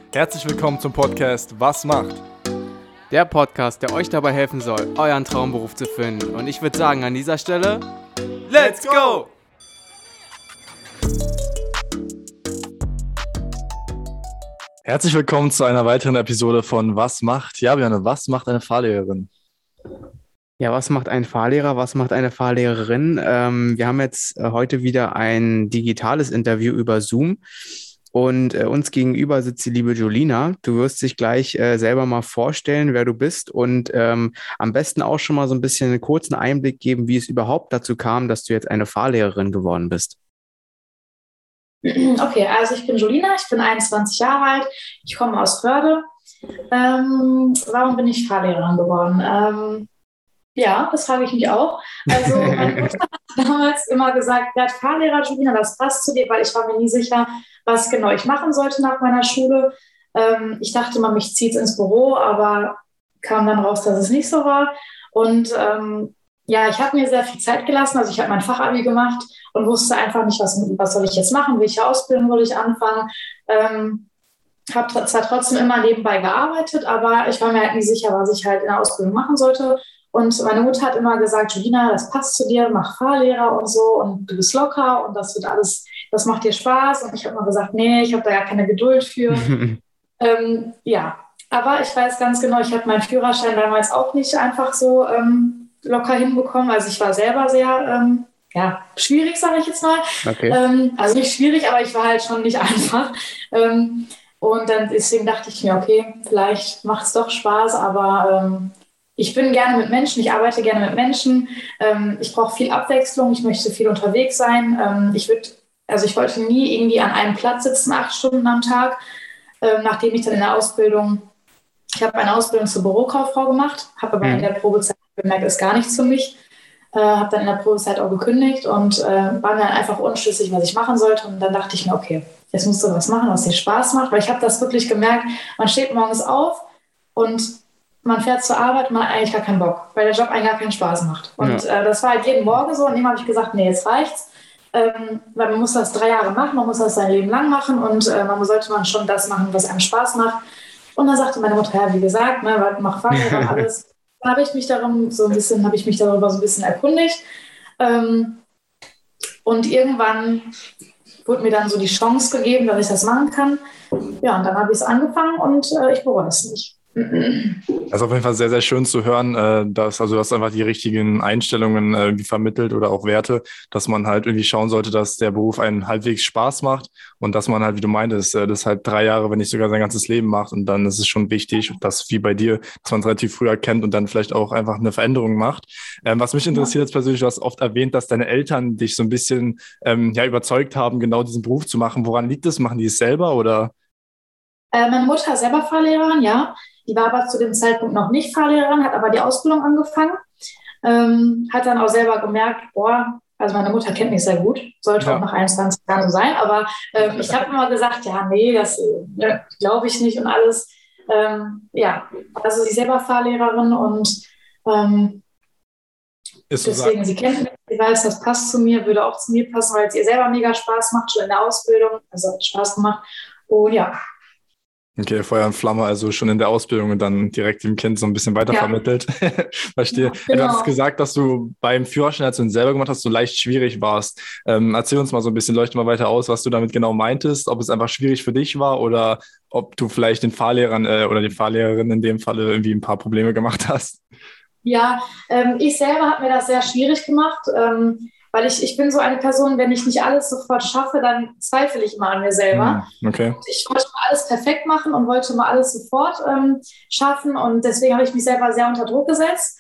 Herzlich willkommen zum Podcast Was macht? Der Podcast, der euch dabei helfen soll, euren Traumberuf zu finden. Und ich würde sagen, an dieser Stelle, Let's go! Herzlich willkommen zu einer weiteren Episode von Was macht? Ja, Björn, was macht eine Fahrlehrerin? ja, was macht ein Fahrlehrer, was macht eine Fahrlehrerin? Wir haben jetzt heute wieder ein digitales Interview über Zoom. Und uns gegenüber sitzt die liebe Jolina. Du wirst dich gleich selber mal vorstellen, wer du bist und am besten auch schon mal so ein bisschen einen kurzen Einblick geben, wie es überhaupt dazu kam, dass du jetzt eine Fahrlehrerin geworden bist. Okay, also ich bin Jolina, ich bin 21 Jahre alt, ich komme aus Förde. Warum bin ich Fahrlehrerin geworden? Ja, das frage ich mich auch. Also meine Mutter hat damals immer gesagt, ja, Fahrlehrer, Jolina, das passt zu dir, weil ich war mir nie sicher, was genau ich machen sollte nach meiner Schule. Ich dachte immer, mich zieht es ins Büro, aber kam dann raus, dass es nicht so war. Und ja, ich habe mir sehr viel Zeit gelassen. Also ich habe mein Fachabi gemacht und wusste einfach nicht, was soll ich jetzt machen, welche Ausbildung soll ich anfangen. Habe zwar trotzdem immer nebenbei gearbeitet, aber ich war mir halt nie sicher, was ich halt in der Ausbildung machen sollte. Und meine Mutter hat immer gesagt, Jolina, das passt zu dir, mach Fahrlehrer und so und du bist locker und das wird alles, das macht dir Spaß. Und ich habe immer gesagt, nee, ich habe da ja keine Geduld für. Ja, aber ich weiß ganz genau, ich habe meinen Führerschein damals auch nicht einfach so locker hinbekommen. Also ich war selber sehr schwierig, sage ich jetzt mal. Okay. Also nicht schwierig, aber ich war halt schon nicht einfach. Und dann deswegen dachte ich mir, okay, vielleicht macht es doch Spaß, aber ich bin gerne mit Menschen, ich arbeite gerne mit Menschen. Ich brauche viel Abwechslung, ich möchte viel unterwegs sein. Ich wollte nie irgendwie an einem Platz sitzen, 8 Stunden am Tag, nachdem ich dann in der Ausbildung, ich habe eine Ausbildung zur Bürokauffrau gemacht, habe aber in der Probezeit gemerkt, ist gar nichts für mich. Habe dann in der Probezeit auch gekündigt und war mir dann einfach unschlüssig, was ich machen sollte. Und dann dachte ich mir, okay, jetzt musst du was machen, was dir Spaß macht. Weil ich habe das wirklich gemerkt, man steht morgens auf und man fährt zur Arbeit und man hat eigentlich gar keinen Bock, weil der Job eigentlich gar keinen Spaß macht. Und das war halt jeden Morgen so. Und dem habe ich gesagt, nee, jetzt reicht's. Weil man muss das 3 Jahre machen, man muss das sein Leben lang machen und man sollte schon das machen, was einem Spaß macht. Und dann sagte meine Mutter, ja, wie gesagt, mach Fahrlehrer und alles. Dann habe ich mich darüber so ein bisschen erkundigt. Und irgendwann wurde mir dann so die Chance gegeben, dass ich das machen kann. Ja, und dann habe ich es angefangen und ich bereue es nicht. Das ist auf jeden Fall sehr, sehr schön zu hören, dass du hast einfach die richtigen Einstellungen irgendwie vermittelt oder auch Werte, dass man halt irgendwie schauen sollte, dass der Beruf einen halbwegs Spaß macht und dass man halt, wie du meintest, das halt 3 Jahre, wenn nicht sogar sein ganzes Leben macht und dann ist es schon wichtig, dass wie bei dir, dass man es relativ früh erkennt und dann vielleicht auch einfach eine Veränderung macht. Was mich interessiert jetzt persönlich, du hast oft erwähnt, dass deine Eltern dich so ein bisschen überzeugt haben, genau diesen Beruf zu machen. Woran liegt das? Machen die es selber oder? Meine Mutter ist selber Fahrlehrerin, ja. Die war aber zu dem Zeitpunkt noch nicht Fahrlehrerin, hat aber die Ausbildung angefangen. Hat dann auch selber gemerkt, also meine Mutter kennt mich sehr gut, sollte auch nach 21 Jahren so sein, aber ich habe immer gesagt, ja, nee, das glaube ich nicht und alles. Also sie ist selber Fahrlehrerin und deswegen, sie kennt mich, sie weiß, das passt zu mir, würde auch zu mir passen, weil es ihr selber mega Spaß macht, schon in der Ausbildung, also hat Spaß gemacht. Und ja. Okay, Feuer und Flamme, also schon in der Ausbildung und dann direkt dem Kind so ein bisschen weitervermittelt. Verstehe. Genau. Du hast gesagt, dass du beim Führerschein, als du ihn selber gemacht hast, so leicht schwierig warst. Erzähl uns mal so ein bisschen, leuchte mal weiter aus, was du damit genau meintest, ob es einfach schwierig für dich war oder ob du vielleicht den Fahrlehrern oder die Fahrlehrerin in dem Falle irgendwie ein paar Probleme gemacht hast. Ja, ich selber habe mir das sehr schwierig gemacht, weil ich bin so eine Person, wenn ich nicht alles sofort schaffe, dann zweifle ich mal an mir selber. Okay. Und ich wollte mal alles perfekt machen und wollte mal alles sofort schaffen und deswegen habe ich mich selber sehr unter Druck gesetzt.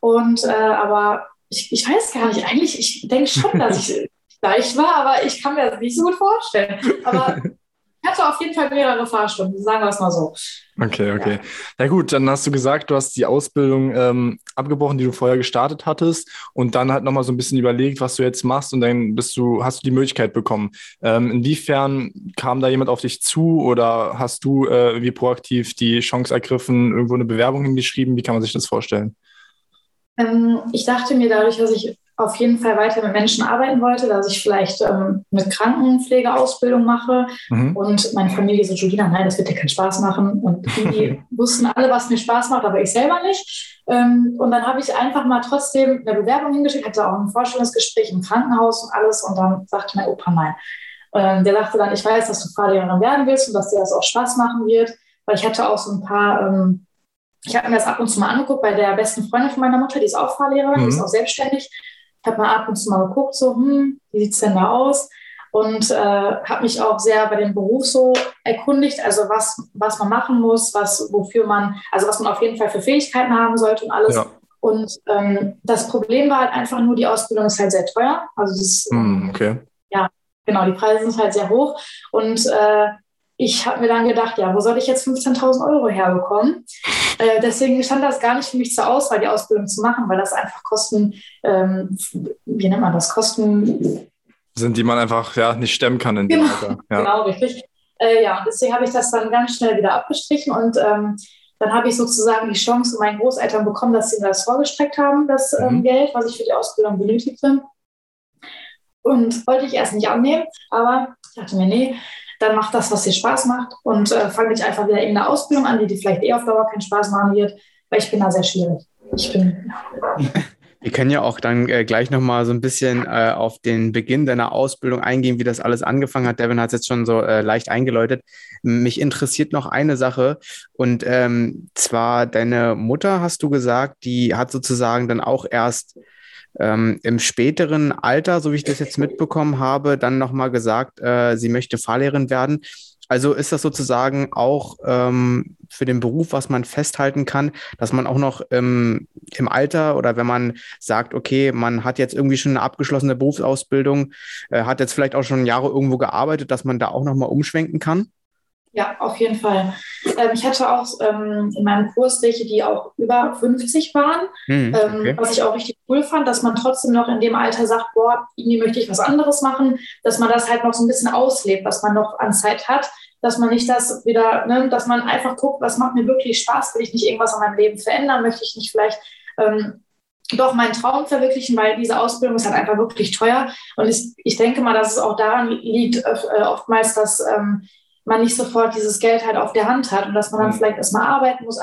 Aber ich weiß gar nicht, eigentlich, ich denke schon, dass ich leicht war, aber ich kann mir das nicht so gut vorstellen. Aber ich hatte auf jeden Fall mehrere Fahrstunden, sagen wir es mal so. Okay. Ja. Na gut, dann hast du gesagt, du hast die Ausbildung abgebrochen, die du vorher gestartet hattest und dann halt nochmal so ein bisschen überlegt, was du jetzt machst und dann hast du die Möglichkeit bekommen. Inwiefern kam da jemand auf dich zu oder hast du wie proaktiv die Chance ergriffen, irgendwo eine Bewerbung hingeschrieben? Wie kann man sich das vorstellen? Ich dachte mir dadurch, dass ich auf jeden Fall weiter mit Menschen arbeiten wollte, dass ich vielleicht eine Krankenpflegeausbildung mache. Und meine Familie so, Julina, nein, das wird dir keinen Spaß machen. Und die wussten alle, was mir Spaß macht, aber ich selber nicht. Und dann habe ich einfach mal trotzdem eine Bewerbung hingeschickt, hatte auch ein Vorstellungsgespräch im Krankenhaus und alles. Und dann sagte mein Opa nein. Der sagte dann, ich weiß, dass du Fahrlehrerin werden willst und dass dir das auch Spaß machen wird. Weil ich hatte auch so ein paar... ich habe mir das ab und zu mal angeguckt bei der besten Freundin von meiner Mutter, die ist auch Fahrlehrerin, die ist auch selbstständig. Ich habe mal ab und zu mal geguckt, so, wie sieht es denn da aus? Und habe mich auch sehr bei dem Beruf so erkundigt, also was man machen muss, was man auf jeden Fall für Fähigkeiten haben sollte und alles. Ja. Und das Problem war halt einfach nur, die Ausbildung ist halt sehr teuer. Also das, okay. Ja, genau, die Preise sind halt sehr hoch. Und ich habe mir dann gedacht, ja, wo soll ich jetzt 15.000 Euro herbekommen? Deswegen stand das gar nicht für mich zur Auswahl, die Ausbildung zu machen, weil das einfach Kosten sind, die man einfach nicht stemmen kann in dem Alter. Ja. Genau, richtig. Deswegen habe ich das dann ganz schnell wieder abgestrichen und dann habe ich sozusagen die Chance von meinen Großeltern bekommen, dass sie mir das vorgestreckt haben, das Geld, was ich für die Ausbildung benötigte. Und wollte ich erst nicht annehmen, aber ich dachte mir, nee, dann mach das, was dir Spaß macht und fange nicht einfach wieder irgendeine Ausbildung an, die vielleicht auf Dauer keinen Spaß machen wird, weil ich bin da sehr schwierig. Wir können ja auch dann gleich nochmal so ein bisschen auf den Beginn deiner Ausbildung eingehen, wie das alles angefangen hat. Devin hat es jetzt schon so leicht eingeläutet. Mich interessiert noch eine Sache und zwar deine Mutter, hast du gesagt, die hat sozusagen dann auch erst im späteren Alter, so wie ich das jetzt mitbekommen habe, dann nochmal gesagt, sie möchte Fahrlehrerin werden. Also ist das sozusagen auch für den Beruf, was man festhalten kann, dass man auch noch im Alter oder wenn man sagt, okay, man hat jetzt irgendwie schon eine abgeschlossene Berufsausbildung, hat jetzt vielleicht auch schon Jahre irgendwo gearbeitet, dass man da auch nochmal umschwenken kann? Ja, auf jeden Fall. Ich hatte auch in meinem Kurs welche, die auch über 50 waren, okay. Was ich auch richtig cool fand, dass man trotzdem noch in dem Alter sagt, boah, irgendwie möchte ich was anderes machen, dass man das halt noch so ein bisschen auslebt, was man noch an Zeit hat, dass man nicht das wieder, dass man einfach guckt, was macht mir wirklich Spaß, will ich nicht irgendwas an meinem Leben verändern, möchte ich nicht vielleicht doch meinen Traum verwirklichen, weil diese Ausbildung ist halt einfach wirklich teuer und ich denke mal, dass es auch daran liegt, oftmals, dass man nicht sofort dieses Geld halt auf der Hand hat und dass man dann vielleicht erstmal arbeiten muss,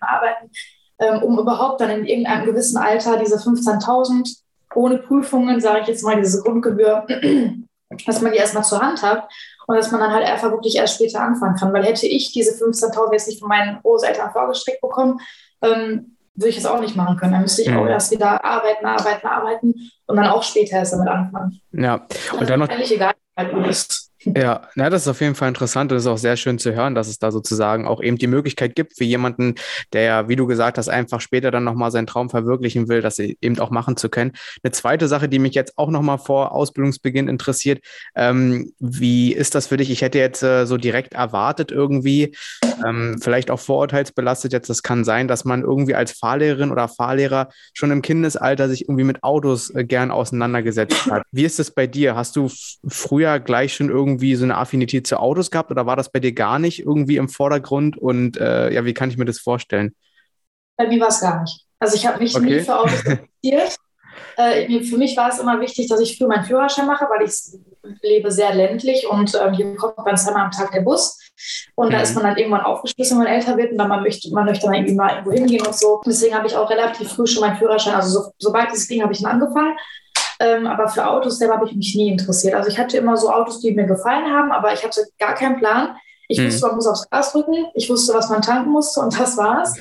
um überhaupt dann in irgendeinem gewissen Alter diese 15.000 ohne Prüfungen, sage ich jetzt mal, diese Grundgebühr, dass man die erstmal zur Hand hat und dass man dann halt einfach wirklich erst später anfangen kann. Weil hätte ich diese 15.000 jetzt nicht von meinen Großeltern vorgestreckt bekommen, würde ich es auch nicht machen können. Dann müsste ich auch erst wieder arbeiten und dann auch später erst damit anfangen. Ja, und dann noch eigentlich egal, halt ist. Ja, das ist auf jeden Fall interessant und es ist auch sehr schön zu hören, dass es da sozusagen auch eben die Möglichkeit gibt für jemanden, der ja, wie du gesagt hast, einfach später dann nochmal seinen Traum verwirklichen will, das eben auch machen zu können. Eine zweite Sache, die mich jetzt auch nochmal vor Ausbildungsbeginn interessiert, wie ist das für dich? Ich hätte jetzt so direkt erwartet irgendwie, vielleicht auch vorurteilsbelastet jetzt, das kann sein, dass man irgendwie als Fahrlehrerin oder Fahrlehrer schon im Kindesalter sich irgendwie mit Autos gern auseinandergesetzt hat. Wie ist das bei dir? Hast du früher gleich schon irgendwie so eine Affinität zu Autos gehabt oder war das bei dir gar nicht irgendwie im Vordergrund und wie kann ich mir das vorstellen? Bei mir war es gar nicht. Also ich habe mich nie für Autos interessiert. Für mich war es immer wichtig, dass ich früh meinen Führerschein mache, weil ich lebe sehr ländlich und hier kommt dann zweimal am Tag der Bus und da ist man dann irgendwann aufgeschmissen, wenn man älter wird und dann man möchte dann irgendwie mal irgendwo hingehen und so. Deswegen habe ich auch relativ früh schon meinen Führerschein, also sobald dieses Ding habe ich ihn angefangen. Aber für Autos selber habe ich mich nie interessiert. Also ich hatte immer so Autos, die mir gefallen haben, aber ich hatte gar keinen Plan. Ich wusste, man muss aufs Gas drücken, ich wusste, was man tanken musste und das war's.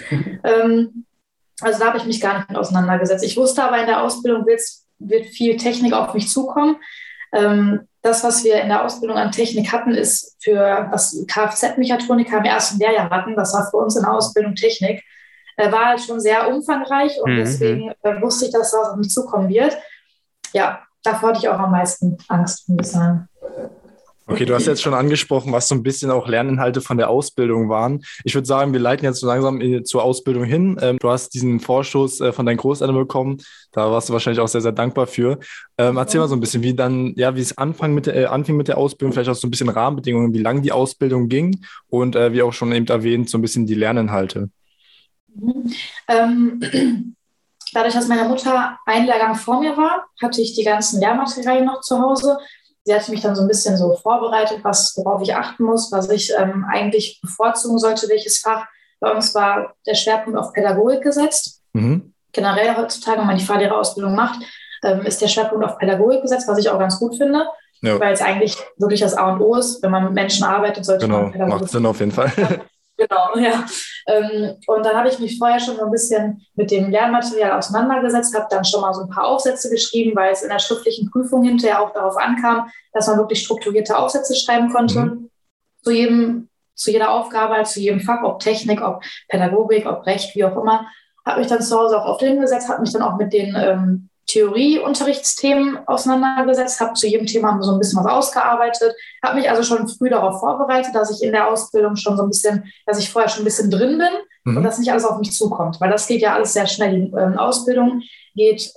Also da habe ich mich gar nicht mit auseinandergesetzt. Ich wusste aber, in der Ausbildung wird viel Technik auf mich zukommen. Das, was wir in der Ausbildung an Technik hatten, ist für das Kfz-Mechatroniker im ersten Lehrjahr hatten. Das war für uns in der Ausbildung Technik. War halt schon sehr umfangreich und deswegen wusste ich, dass das auf mich zukommen wird. Ja, davor hatte ich auch am meisten Angst, muss ich sagen. Okay, du hast jetzt schon angesprochen, was so ein bisschen auch Lerninhalte von der Ausbildung waren. Ich würde sagen, wir leiten jetzt so langsam zur Ausbildung hin. Du hast diesen Vorstoß von deinen Großeltern bekommen. Da warst du wahrscheinlich auch sehr, sehr dankbar für. Erzähl mal so ein bisschen, wie es anfing mit der Ausbildung, vielleicht auch so ein bisschen Rahmenbedingungen, wie lange die Ausbildung ging und wie auch schon eben erwähnt, so ein bisschen die Lerninhalte. dadurch, dass meine Mutter einen Lehrgang vor mir war, hatte ich die ganzen Lehrmaterialien noch zu Hause. Sie hatte mich dann so ein bisschen so vorbereitet, worauf ich achten muss, was ich eigentlich bevorzugen sollte, welches Fach. Bei uns war der Schwerpunkt auf Pädagogik gesetzt. Generell heutzutage, wenn man die Fahrlehrerausbildung macht, ist der Schwerpunkt auf Pädagogik gesetzt, was ich auch ganz gut finde, weil es eigentlich wirklich das A und O ist. Wenn man mit Menschen arbeitet, sollte man Pädagogik. Macht Sinn auf jeden Fall. Genau, ja. Und dann habe ich mich vorher schon so ein bisschen mit dem Lernmaterial auseinandergesetzt, habe dann schon mal so ein paar Aufsätze geschrieben, weil es in der schriftlichen Prüfung hinterher auch darauf ankam, dass man wirklich strukturierte Aufsätze schreiben konnte. Zu jeder Aufgabe, zu jedem Fach, ob Technik, ob Pädagogik, ob Recht, wie auch immer. Habe mich dann zu Hause auch auf den hingesetzt, habe mich dann auch mit den Theorieunterrichtsthemen auseinandergesetzt, habe zu jedem Thema so ein bisschen was ausgearbeitet, habe mich also schon früh darauf vorbereitet, dass ich in der Ausbildung schon so ein bisschen, dass ich vorher schon ein bisschen drin bin und dass nicht alles auf mich zukommt, weil das geht ja alles sehr schnell. Die Ausbildung geht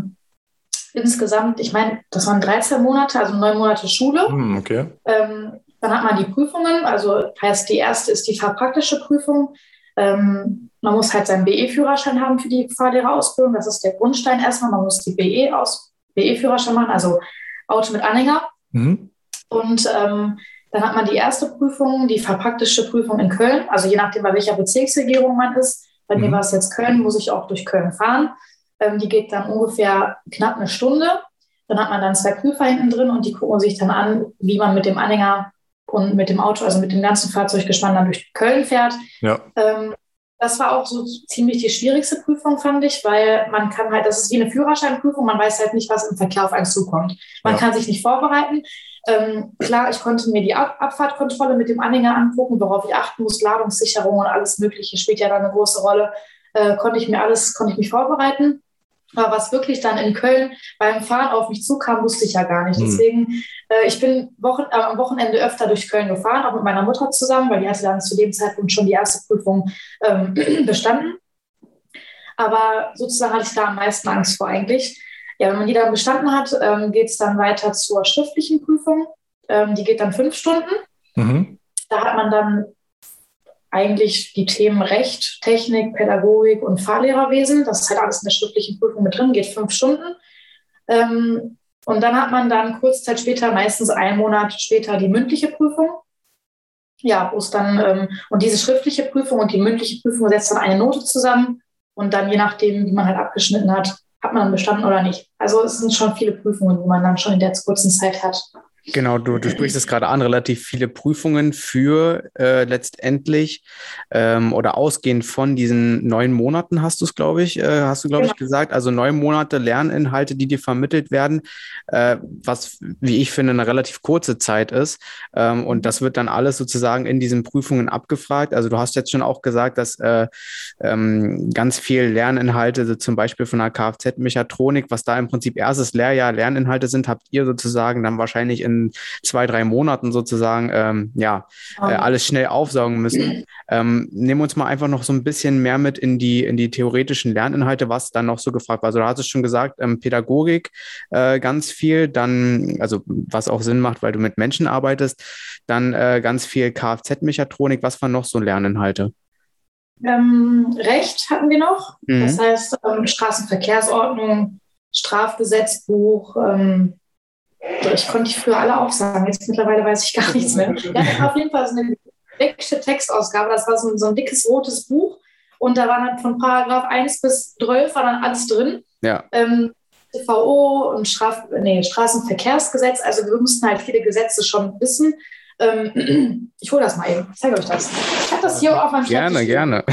insgesamt, ich meine, das waren 13 Monate, also 9 Monate Schule. Okay. Dann hat man die Prüfungen, also heißt, die erste ist die fahrpraktische Prüfung. Man muss halt seinen BE-Führerschein haben für die Fahrlehrerausbildung. Das ist der Grundstein erstmal. Man muss die BE-Führerschein machen, also Auto mit Anhänger. Und dann hat man die erste Prüfung, die fahrpraktische Prüfung in Köln. Also je nachdem, bei welcher Bezirksregierung man ist. Bei mir war es jetzt Köln, muss ich auch durch Köln fahren. Die geht dann ungefähr knapp eine Stunde. Dann hat man dann 2 Prüfer hinten drin und die gucken sich dann an, wie man mit dem Anhänger und mit dem Auto, also mit dem ganzen Fahrzeuggespann dann durch Köln fährt. Ja. Das war auch so ziemlich die schwierigste Prüfung, fand ich, weil man kann halt, das ist wie eine Führerscheinprüfung, man weiß halt nicht, was im Verkehr auf einen zukommt. Man kann sich nicht vorbereiten. Klar, ich konnte mir die Abfahrtkontrolle mit dem Anhänger angucken, worauf ich achten muss, Ladungssicherung und alles Mögliche spielt ja dann eine große Rolle. Konnte ich mich vorbereiten. Aber was wirklich dann in Köln beim Fahren auf mich zukam, wusste ich ja gar nicht. Deswegen, ich bin am Wochenende öfter durch Köln gefahren, auch mit meiner Mutter zusammen, weil die hatte dann zu dem Zeitpunkt schon die erste Prüfung bestanden. Aber sozusagen hatte ich da am meisten Angst vor eigentlich. Ja, wenn man die dann bestanden hat, geht es dann weiter zur schriftlichen Prüfung. Die geht dann 5 Stunden. Da hat man dann eigentlich die Themen Recht, Technik, Pädagogik und Fahrlehrerwesen. Das ist halt alles in der schriftlichen Prüfung mit drin, geht 5 Stunden. Und dann hat man dann kurze Zeit später, meistens 1 Monat später, die mündliche Prüfung. Ja, wo es dann, und diese schriftliche Prüfung und die mündliche Prüfung setzt dann eine Note zusammen. Und dann, je nachdem, wie man halt abgeschnitten hat, hat man dann bestanden oder nicht. Also es sind schon viele Prüfungen, die man dann schon in der kurzen Zeit hat. Genau, du sprichst es gerade an, relativ viele Prüfungen für letztendlich oder ausgehend von diesen 9 Monaten hast du, glaube ich, gesagt. Also 9 Monate Lerninhalte, die dir vermittelt werden, was, wie ich finde, eine relativ kurze Zeit ist. Und das wird dann alles sozusagen in diesen Prüfungen abgefragt. Also du hast jetzt schon auch gesagt, dass ganz viel Lerninhalte, so zum Beispiel von der Kfz-Mechatronik, was da im Prinzip erstes Lehrjahr Lerninhalte sind, habt ihr sozusagen dann wahrscheinlich in 2-3 Monaten sozusagen alles schnell aufsaugen müssen. Nehmen wir uns mal einfach noch so ein bisschen mehr mit in die theoretischen Lerninhalte, was dann noch so gefragt war. Also du hast es schon gesagt, Pädagogik ganz viel, dann, also was auch Sinn macht, weil du mit Menschen arbeitest, dann ganz viel Kfz-Mechatronik. Was waren noch so Lerninhalte? Recht hatten wir noch, das heißt Straßenverkehrsordnung, Strafgesetzbuch, ich konnte die früher alle aufsagen, jetzt mittlerweile weiß ich gar nichts mehr. Ja, auf jeden Fall so eine dicke Textausgabe, das war so ein dickes rotes Buch und da waren dann von Paragraph 1 bis 12 war dann alles drin. Ja. TVO und Straßenverkehrsgesetz, also wir mussten halt viele Gesetze schon wissen. Ich hole das mal eben, ich zeige euch das. Ich habe das hier auf meinem Schreibtisch. Gerne.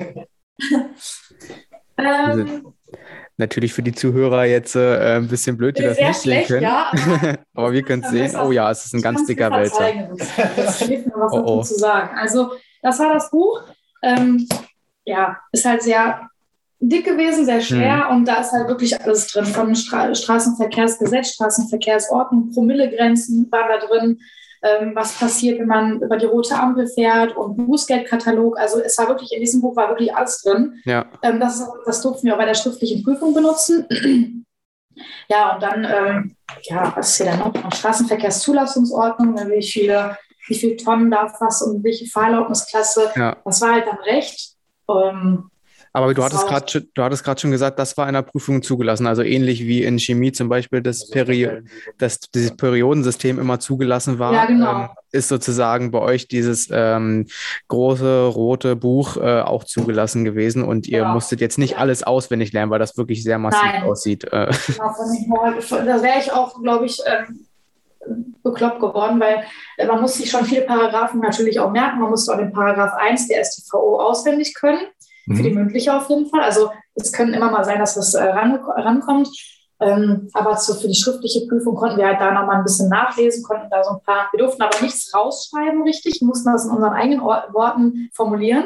Natürlich für die Zuhörer jetzt ein bisschen blöd, die das nicht sehen können. Ja, aber wir können es sehen. Oh ja, es ist ein ganz dicker Wälzer. Das hilft mir was zu sagen. Also das war das Buch. Ist halt sehr dick gewesen, sehr schwer und da ist halt wirklich alles drin. Vom Straßenverkehrsgesetz, Straßenverkehrsordnung, Promillegrenzen waren da drin. Was passiert, wenn man über die rote Ampel fährt und Bußgeldkatalog. Also es war wirklich, in diesem Buch war wirklich alles drin. Ja. Das durften wir auch bei der schriftlichen Prüfung benutzen. Ja, und dann, was ist hier dann noch? Straßenverkehrszulassungsordnung, wie viel Tonnen darf was und welche Fahrerlaubnisklasse. Ja. Das war halt dann Recht. Aber du hattest gerade schon gesagt, das war in der Prüfung zugelassen. Also ähnlich wie in Chemie zum Beispiel, dass dieses Periodensystem immer zugelassen war, Ja, genau. ist sozusagen bei euch dieses große rote Buch auch zugelassen gewesen und ihr Genau. musstet jetzt nicht alles auswendig lernen, weil das wirklich sehr massiv aussieht. Genau, da wäre ich auch, glaube ich, bekloppt geworden, weil man muss sich schon viele Paragraphen natürlich auch merken. Man muss auch den Paragraph 1 der StVO auswendig können, für die mündliche auf jeden Fall. Also es können immer mal sein, dass das rankommt. Aber für die schriftliche Prüfung konnten wir halt da nochmal ein bisschen nachlesen, konnten da so ein paar, wir durften aber nichts rausschreiben richtig, mussten das in unseren eigenen Worten formulieren.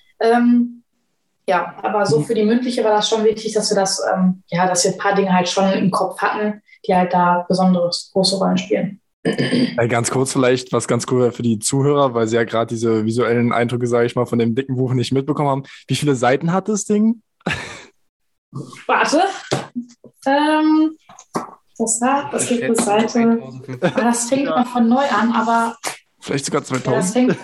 Ja, aber so für die mündliche war das schon wichtig, dass wir dass wir ein paar Dinge halt schon im Kopf hatten, die halt da besonders große Rollen spielen. Ganz kurz vielleicht, was ganz cool wäre für die Zuhörer, weil sie ja gerade diese visuellen Eindrücke, sage ich mal, von dem dicken Buch nicht mitbekommen haben. Wie viele Seiten hat das Ding? Warte. Das gibt eine Seite. Das fängt noch von neu an, aber vielleicht sogar 2000. Das fängt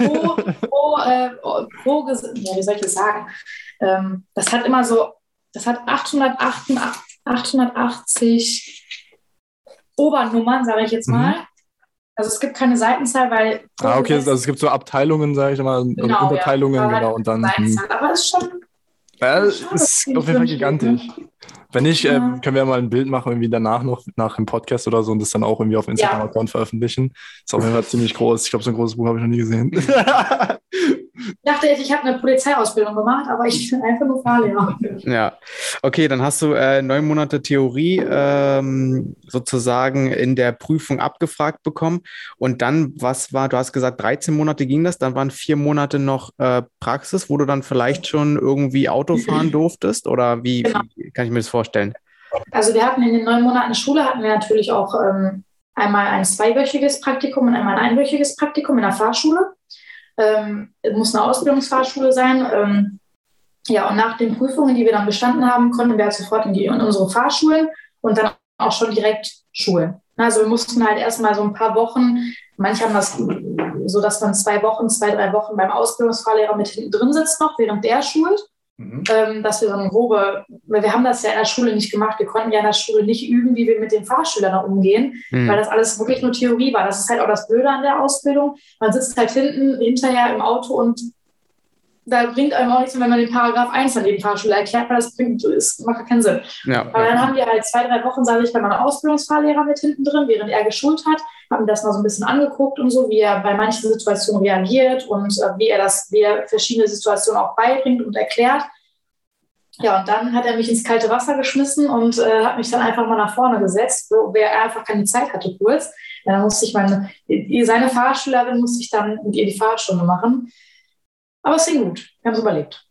wie soll ich das sagen? Das hat immer so, das hat 880 Obernummern, sage ich jetzt mal. Also es gibt keine Seitenzahl, weil... okay, also es gibt so Abteilungen, sage ich mal, genau, Unterteilungen, ja, genau. Und dann, aber es ist schon... Ja, ist auf jeden Fall gigantisch. Wenn nicht, können wir mal ein Bild machen, irgendwie danach noch, nach dem Podcast oder so und das dann auch irgendwie auf Instagram-Account veröffentlichen. Ist auf jeden Fall ziemlich groß. Ich glaube, so ein großes Buch habe ich noch nie gesehen. Ich dachte, ich habe eine Polizeiausbildung gemacht, aber ich bin einfach nur Fahrlehrer. Ja, okay, dann hast du 9 Monate Theorie sozusagen in der Prüfung abgefragt bekommen und dann, du hast gesagt, 13 Monate ging das, dann waren 4 Monate noch Praxis, wo du dann vielleicht schon irgendwie Auto fahren durftest oder wie kann ich mir das vorstellen? Also wir hatten in den 9 Monaten Schule, hatten wir natürlich auch einmal ein 2-wöchiges Praktikum und einmal ein 1-wöchiges Praktikum in der Fahrschule. Es muss eine Ausbildungsfahrschule sein. Ja, und nach den Prüfungen, die wir dann bestanden haben, konnten wir halt sofort in unsere Fahrschulen und dann auch schon direkt schulen. Also wir mussten halt erstmal so ein paar Wochen, manche haben das so, dass man 2, 3 Wochen beim Ausbildungsfahrlehrer mit hinten drin sitzt noch, während der schult. Dass wir so eine grobe, weil wir haben das ja in der Schule nicht gemacht, wir konnten ja in der Schule nicht üben, wie wir mit den Fahrschülern umgehen, weil das alles wirklich nur Theorie war. Das ist halt auch das Blöde an der Ausbildung. Man sitzt halt hinterher im Auto und da bringt einem auch nichts, wenn man den Paragraph 1 an den Fahrschüler erklärt, weil das macht keinen Sinn. Ja. Aber dann haben wir halt 2, 3 Wochen, saß ich bei meinem Ausbildungsfahrlehrer mit hinten drin, während er geschult hat, haben das mal so ein bisschen angeguckt und so, wie er bei manchen Situationen reagiert und wie er verschiedene Situationen auch beibringt und erklärt. Ja, und dann hat er mich ins kalte Wasser geschmissen und hat mich dann einfach mal nach vorne gesetzt, wo er einfach keine Zeit hatte kurz. Dann musste ich seine Fahrschülerin musste ich dann mit ihr die Fahrstunde machen. Aber es ging gut. Wir haben es überlebt.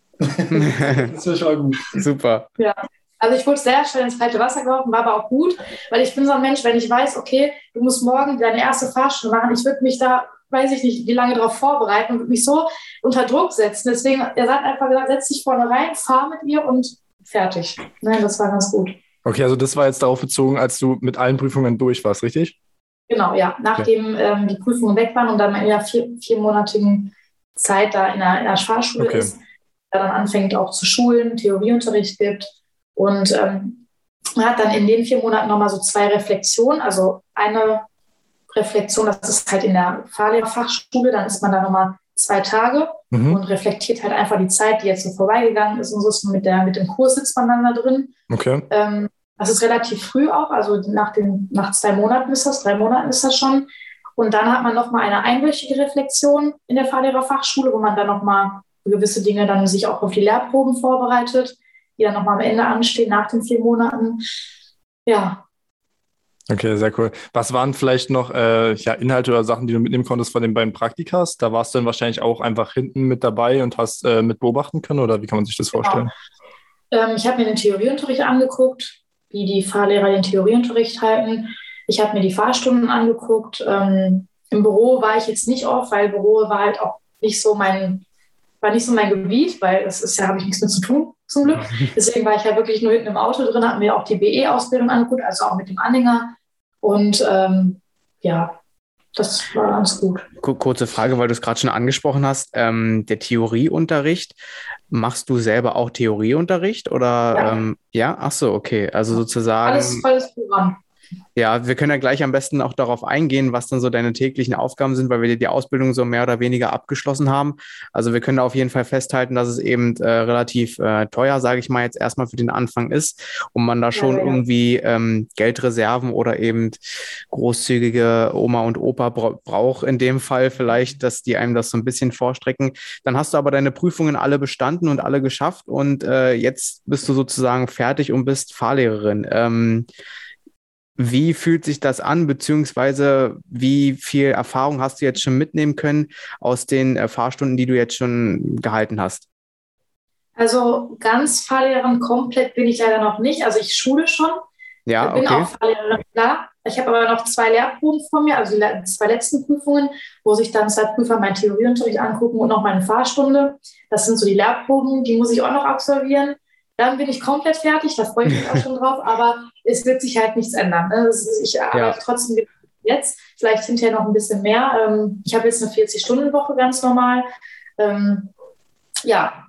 Das ist schon gut. Super. Ja. Also ich wurde sehr schnell ins kalte Wasser geworfen, war aber auch gut, weil ich bin so ein Mensch, wenn ich weiß, okay, du musst morgen deine erste Fahrstunde machen, ich würde mich da, weiß ich nicht, wie lange darauf vorbereiten und würde mich so unter Druck setzen. Deswegen, er hat einfach gesagt, setz dich vorne rein, fahr mit ihr und fertig. Nein, das war ganz gut. Okay, also das war jetzt darauf bezogen, als du mit allen Prüfungen durch warst, richtig? Genau, ja. Nachdem die Prüfungen weg waren und dann in der 4-monatigen Zeit da in der Fahrschule ist, da dann anfängt auch zu schulen, Theorieunterricht gibt und man hat dann in den 4 Monaten nochmal so 2 Reflexionen, also eine Reflexion, das ist halt in der Fahrlehrerfachschule, dann ist man da nochmal 2 Tage und reflektiert halt einfach die Zeit, die jetzt so vorbeigegangen ist und so ist mit dem Kurs sitzt man dann da drin. Okay. Das ist relativ früh auch, also nach 2 Monaten ist das, 3 Monaten ist das schon. Und dann hat man nochmal eine einwöchige Reflexion in der Fahrlehrerfachschule, wo man dann nochmal gewisse Dinge dann sich auch auf die Lehrproben vorbereitet, die dann nochmal am Ende anstehen nach den 4 Monaten. Ja. Okay, sehr cool. Was waren vielleicht noch Inhalte oder Sachen, die du mitnehmen konntest von den beiden Praktikas? Da warst du dann wahrscheinlich auch einfach hinten mit dabei und hast mit beobachten können, oder wie kann man sich das vorstellen? Ich habe mir den Theorieunterricht angeguckt, wie die Fahrlehrer den Theorieunterricht halten. Ich habe mir die Fahrstunden angeguckt. Im Büro war ich jetzt nicht oft, weil Büro war halt auch nicht so mein Gebiet, weil habe ich nichts mit zu tun, zum Glück. Deswegen war ich ja wirklich nur hinten im Auto drin, habe mir auch die BE-Ausbildung angeguckt, also auch mit dem Anhänger. Und das war ganz gut. Kurze Frage, weil du es gerade schon angesprochen hast. Der Theorieunterricht, machst du selber auch Theorieunterricht oder Ja, ja? Ach so, okay. Also alles sozusagen. volles Programm. Ja, wir können ja gleich am besten auch darauf eingehen, was dann so deine täglichen Aufgaben sind, weil wir die Ausbildung so mehr oder weniger abgeschlossen haben. Also wir können da auf jeden Fall festhalten, dass es eben relativ teuer, sage ich mal jetzt erstmal für den Anfang ist und man da schon Ja. irgendwie Geldreserven oder eben großzügige Oma und Opa braucht in dem Fall vielleicht, dass die einem das so ein bisschen vorstrecken. Dann hast du aber deine Prüfungen alle bestanden und alle geschafft und jetzt bist du sozusagen fertig und bist Fahrlehrerin. Wie fühlt sich das an, beziehungsweise wie viel Erfahrung hast du jetzt schon mitnehmen können aus den Fahrstunden, die du jetzt schon gehalten hast? Also ganz Fahrlehrerin komplett bin ich leider noch nicht. Also ich schule schon, Ja, bin okay. auch Fahrlehrerin, klar. Ich habe aber noch 2 Lehrproben vor mir, also die 2 letzten Prüfungen, wo sich dann 2 Prüfer meinen Theorieunterricht angucken und noch meine Fahrstunde. Das sind so die Lehrproben, die muss ich auch noch absolvieren. Dann bin ich komplett fertig, da freue ich mich auch schon drauf, aber es wird sich halt nichts ändern. Ne? Ich Ja. arbeite trotzdem jetzt, vielleicht hinterher noch ein bisschen mehr. Ich habe jetzt eine 40-Stunden-Woche ganz normal. Ja,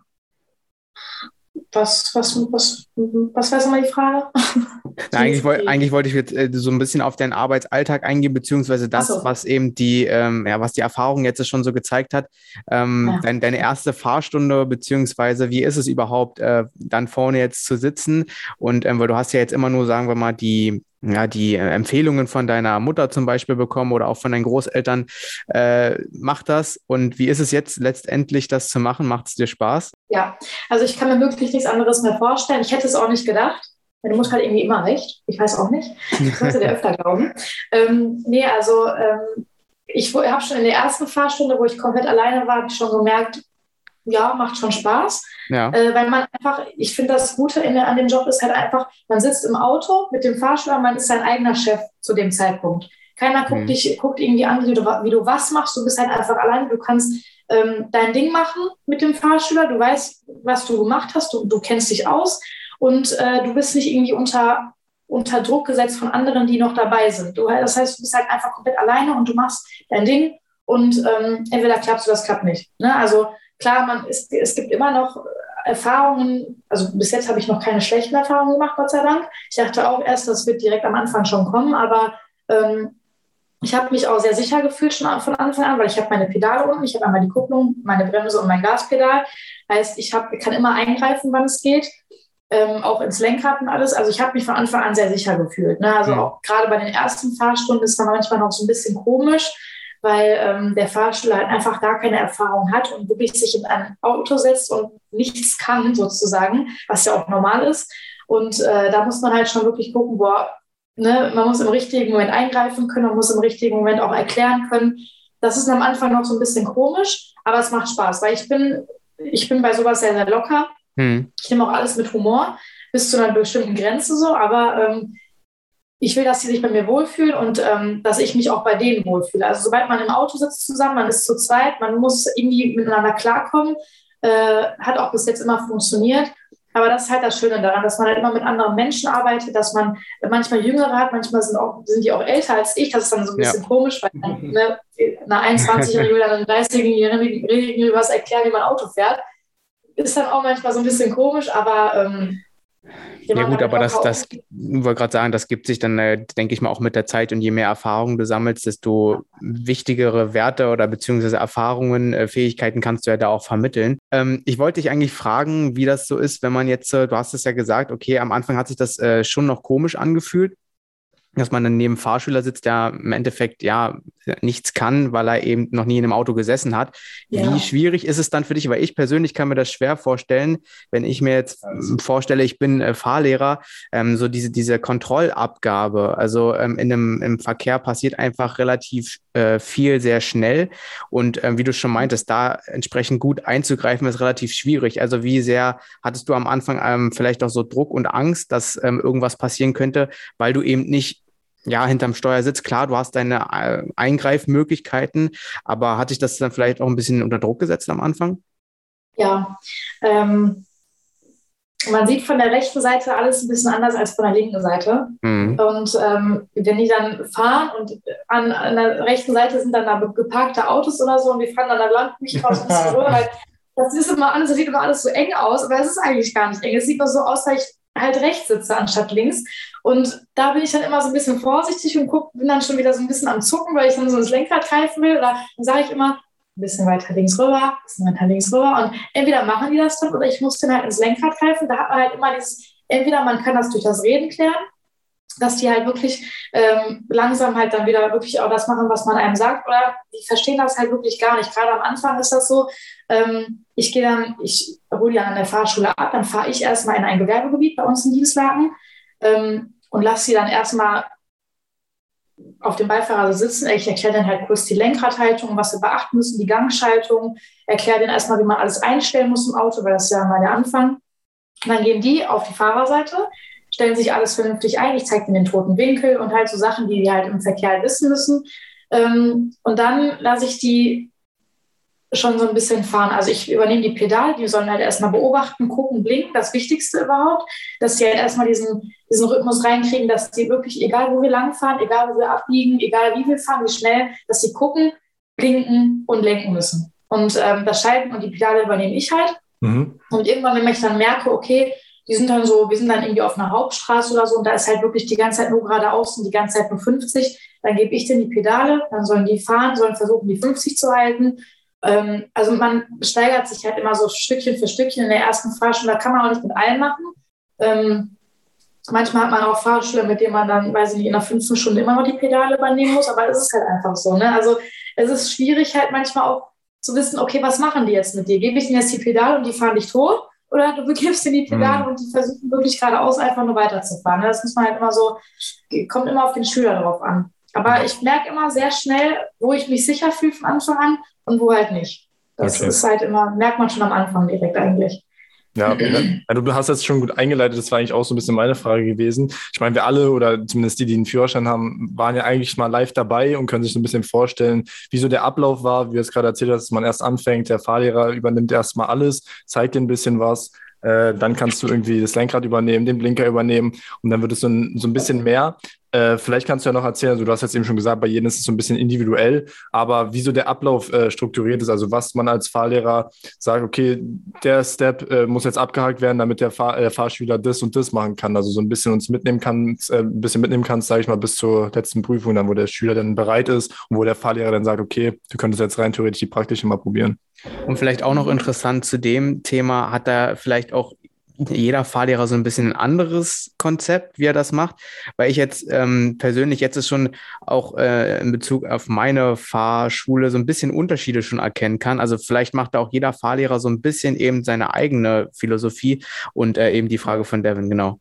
was war nochmal die Frage? Na, eigentlich wollte ich jetzt so ein bisschen auf deinen Arbeitsalltag eingehen, beziehungsweise Ach das, so, was eben was die Erfahrung jetzt schon so gezeigt hat. ja. Deine erste Fahrstunde, beziehungsweise wie ist es überhaupt, dann vorne jetzt zu sitzen? Und weil du hast ja jetzt immer nur, sagen wir mal, die Empfehlungen von deiner Mutter zum Beispiel bekommen oder auch von deinen Großeltern. Mach das. Und wie ist es jetzt letztendlich, das zu machen? Macht es dir Spaß? Ja, also ich kann mir wirklich nichts anderes mehr vorstellen. Ich hätte es auch nicht gedacht. Meine Mutter hat irgendwie immer recht. Ich weiß auch nicht. Ich sollte der öfter glauben. Nee, also ich habe schon in der ersten Fahrstunde, wo ich komplett alleine war, habe ich schon gemerkt, ja, macht schon Spaß. Ja. Weil man einfach, ich finde, das Gute an dem Job ist halt einfach, man sitzt im Auto mit dem Fahrschüler, man ist sein eigener Chef zu dem Zeitpunkt. Keiner guckt irgendwie an, wie du was machst. Du bist halt einfach alleine. Du kannst dein Ding machen mit dem Fahrschüler. Du weißt, was du gemacht hast. Du kennst dich aus. Und du bist nicht irgendwie unter Druck gesetzt von anderen, die noch dabei sind. Das heißt, du bist halt einfach komplett alleine und du machst dein Ding. Und entweder klappt es oder es klappt nicht. Ne? Also klar, es gibt immer noch Erfahrungen, also bis jetzt habe ich noch keine schlechten Erfahrungen gemacht, Gott sei Dank. Ich dachte auch erst, das wird direkt am Anfang schon kommen, aber ich habe mich auch sehr sicher gefühlt schon von Anfang an, weil ich habe meine Pedale unten, ich habe einmal die Kupplung, meine Bremse und mein Gaspedal. Heißt, ich kann immer eingreifen, wann es geht, auch ins Lenkrad und alles. Also ich habe mich von Anfang an sehr sicher gefühlt. Ne? Also auch gerade bei den ersten Fahrstunden ist man manchmal noch so ein bisschen komisch, weil der Fahrschüler halt einfach gar keine Erfahrung hat und wirklich sich in ein Auto setzt und nichts kann sozusagen, was ja auch normal ist. Und da muss man halt schon wirklich gucken, boah, ne, man muss im richtigen Moment eingreifen können, man muss im richtigen Moment auch erklären können. Das ist am Anfang noch so ein bisschen komisch, aber es macht Spaß, weil ich bin bei sowas sehr, sehr locker. Ich nehme auch alles mit Humor, bis zu einer bestimmten Grenze so, aber ich will, dass sie sich bei mir wohlfühlen und dass ich mich auch bei denen wohlfühle. Also sobald man im Auto sitzt zusammen, man ist zu zweit, man muss irgendwie miteinander klarkommen, hat auch bis jetzt immer funktioniert. Aber das ist halt das Schöne daran, dass man halt immer mit anderen Menschen arbeitet, dass man manchmal Jüngere hat, manchmal sind die auch älter als ich. Das ist dann so ein bisschen komisch, weil ne, eine 21-Jährige oder eine 30-Jährige was erklären, wie man Auto fährt. Ist dann auch manchmal so ein bisschen komisch, aber ja gut, aber das wollte gerade sagen, das gibt sich dann, denke ich mal, auch mit der Zeit und je mehr Erfahrung du sammelst, desto wichtigere Werte oder beziehungsweise Erfahrungen, Fähigkeiten kannst du ja da auch vermitteln. Ich wollte dich eigentlich fragen, wie das so ist, wenn man jetzt, du hast es ja gesagt, okay, am Anfang hat sich das schon noch komisch angefühlt, dass man dann neben Fahrschüler sitzt, der im Endeffekt ja nichts kann, weil er eben noch nie in einem Auto gesessen hat. Ja. Wie schwierig ist es dann für dich? Weil ich persönlich kann mir das schwer vorstellen, wenn ich mir jetzt vorstelle, ich bin Fahrlehrer, so diese Kontrollabgabe. Also im Verkehr passiert einfach relativ viel sehr schnell und wie du schon meintest, da entsprechend gut einzugreifen ist relativ schwierig. Also wie sehr hattest du am Anfang vielleicht auch so Druck und Angst, dass irgendwas passieren könnte, weil du eben nicht hinterm Steuer sitzt? Klar, du hast deine Eingreifmöglichkeiten, aber hat dich das dann vielleicht auch ein bisschen unter Druck gesetzt am Anfang? Ja, man sieht von der rechten Seite alles ein bisschen anders als von der linken Seite. Mhm. Und wenn die dann fahren und an der rechten Seite sind dann da geparkte Autos oder so und die fahren dann da lang mich raus und so, weil das ist immer alles, das sieht immer alles so eng aus, aber es ist eigentlich gar nicht eng. Es sieht nur so aus, als ich halt rechts sitze anstatt links. Und da bin ich dann immer so ein bisschen vorsichtig und bin dann schon wieder so ein bisschen am Zucken, weil ich dann so ins Lenkrad greifen will. Oder dann sage ich immer, ein bisschen weiter links rüber, ein bisschen weiter links rüber. Und entweder machen die das dann oder ich muss dann halt ins Lenkrad greifen. Da hat man halt immer entweder man kann das durch das Reden klären, dass die halt wirklich langsam halt dann wieder wirklich auch das machen, was man einem sagt, oder die verstehen das halt wirklich gar nicht. Gerade am Anfang ist das so, ich hole die dann an der Fahrschule ab, dann fahre ich erstmal in ein Gewerbegebiet bei uns in Dienstlaken und lasse sie dann erstmal auf dem Beifahrersitz sitzen. Ich erkläre dann halt kurz die Lenkradhaltung, was wir beachten müssen, die Gangschaltung, erkläre denen erstmal, wie man alles einstellen muss im Auto, weil das ist ja mal der Anfang. Und dann gehen die auf die Fahrerseite, stellen sich alles vernünftig ein, ich zeige ihnen den toten Winkel und halt so Sachen, die halt im Verkehr halt wissen müssen. Und dann lasse ich die schon so ein bisschen fahren. Also ich übernehme die Pedale, die sollen halt erstmal beobachten, gucken, blinken, das Wichtigste überhaupt, dass sie halt erstmal diesen Rhythmus reinkriegen, dass die wirklich, egal wo wir langfahren, egal wo wir abbiegen, egal wie wir fahren, wie schnell, dass sie gucken, blinken und lenken müssen. Und das Schalten und die Pedale übernehme ich halt. Mhm. Und irgendwann, wenn ich dann merke, okay, wir sind dann irgendwie auf einer Hauptstraße oder so und da ist halt wirklich die ganze Zeit nur geradeaus und die ganze Zeit nur 50, dann gebe ich denen die Pedale, dann sollen die fahren, sollen versuchen, die 50 zu halten. Also man steigert sich halt immer so Stückchen für Stückchen in der ersten Fahrstunde. Da kann man auch nicht mit allen machen. Manchmal hat man auch Fahrschüler, mit denen man dann, weiß ich nicht, in der 5. Stunde immer noch die Pedale übernehmen muss, aber es ist halt einfach so. Ne? Also es ist schwierig halt manchmal auch zu wissen, okay, was machen die jetzt mit dir? Gebe ich denen jetzt die Pedale und die fahren dich tot? Oder du begibst denen die Pedale und die versuchen wirklich geradeaus einfach nur weiterzufahren. Ne? Das muss man halt immer so, kommt immer auf den Schüler drauf an. Aber ich merke immer sehr schnell, wo ich mich sicher fühle von Anfang an und wo halt nicht. Das ist halt immer, merkt man schon am Anfang direkt eigentlich. Ja, du hast jetzt schon gut eingeleitet, das war eigentlich auch so ein bisschen meine Frage gewesen. Ich meine, wir alle oder zumindest die einen Führerschein haben, waren ja eigentlich mal live dabei und können sich so ein bisschen vorstellen, wie so der Ablauf war, wie du es gerade erzählt hast, dass man erst anfängt, der Fahrlehrer übernimmt erstmal alles, zeigt dir ein bisschen was, dann kannst du irgendwie das Lenkrad übernehmen, den Blinker übernehmen und dann wird es so ein bisschen mehr. Vielleicht kannst du ja noch erzählen, also du hast jetzt eben schon gesagt, bei jedem ist es so ein bisschen individuell, aber wie so der Ablauf strukturiert ist, also was man als Fahrlehrer sagt, okay, der Step muss jetzt abgehakt werden, damit der Fahrschüler das und das machen kann, also so ein bisschen uns mitnehmen kannst, sage ich mal, bis zur letzten Prüfung, dann wo der Schüler dann bereit ist und wo der Fahrlehrer dann sagt, okay, du könntest jetzt rein theoretisch die praktische mal probieren. Und vielleicht auch noch interessant zu dem Thema, hat da vielleicht auch jeder Fahrlehrer so ein bisschen ein anderes Konzept, wie er das macht, weil ich jetzt persönlich jetzt ist schon auch in Bezug auf meine Fahrschule so ein bisschen Unterschiede schon erkennen kann. Also vielleicht macht da auch jeder Fahrlehrer so ein bisschen eben seine eigene Philosophie und eben die Frage von Devin, genau.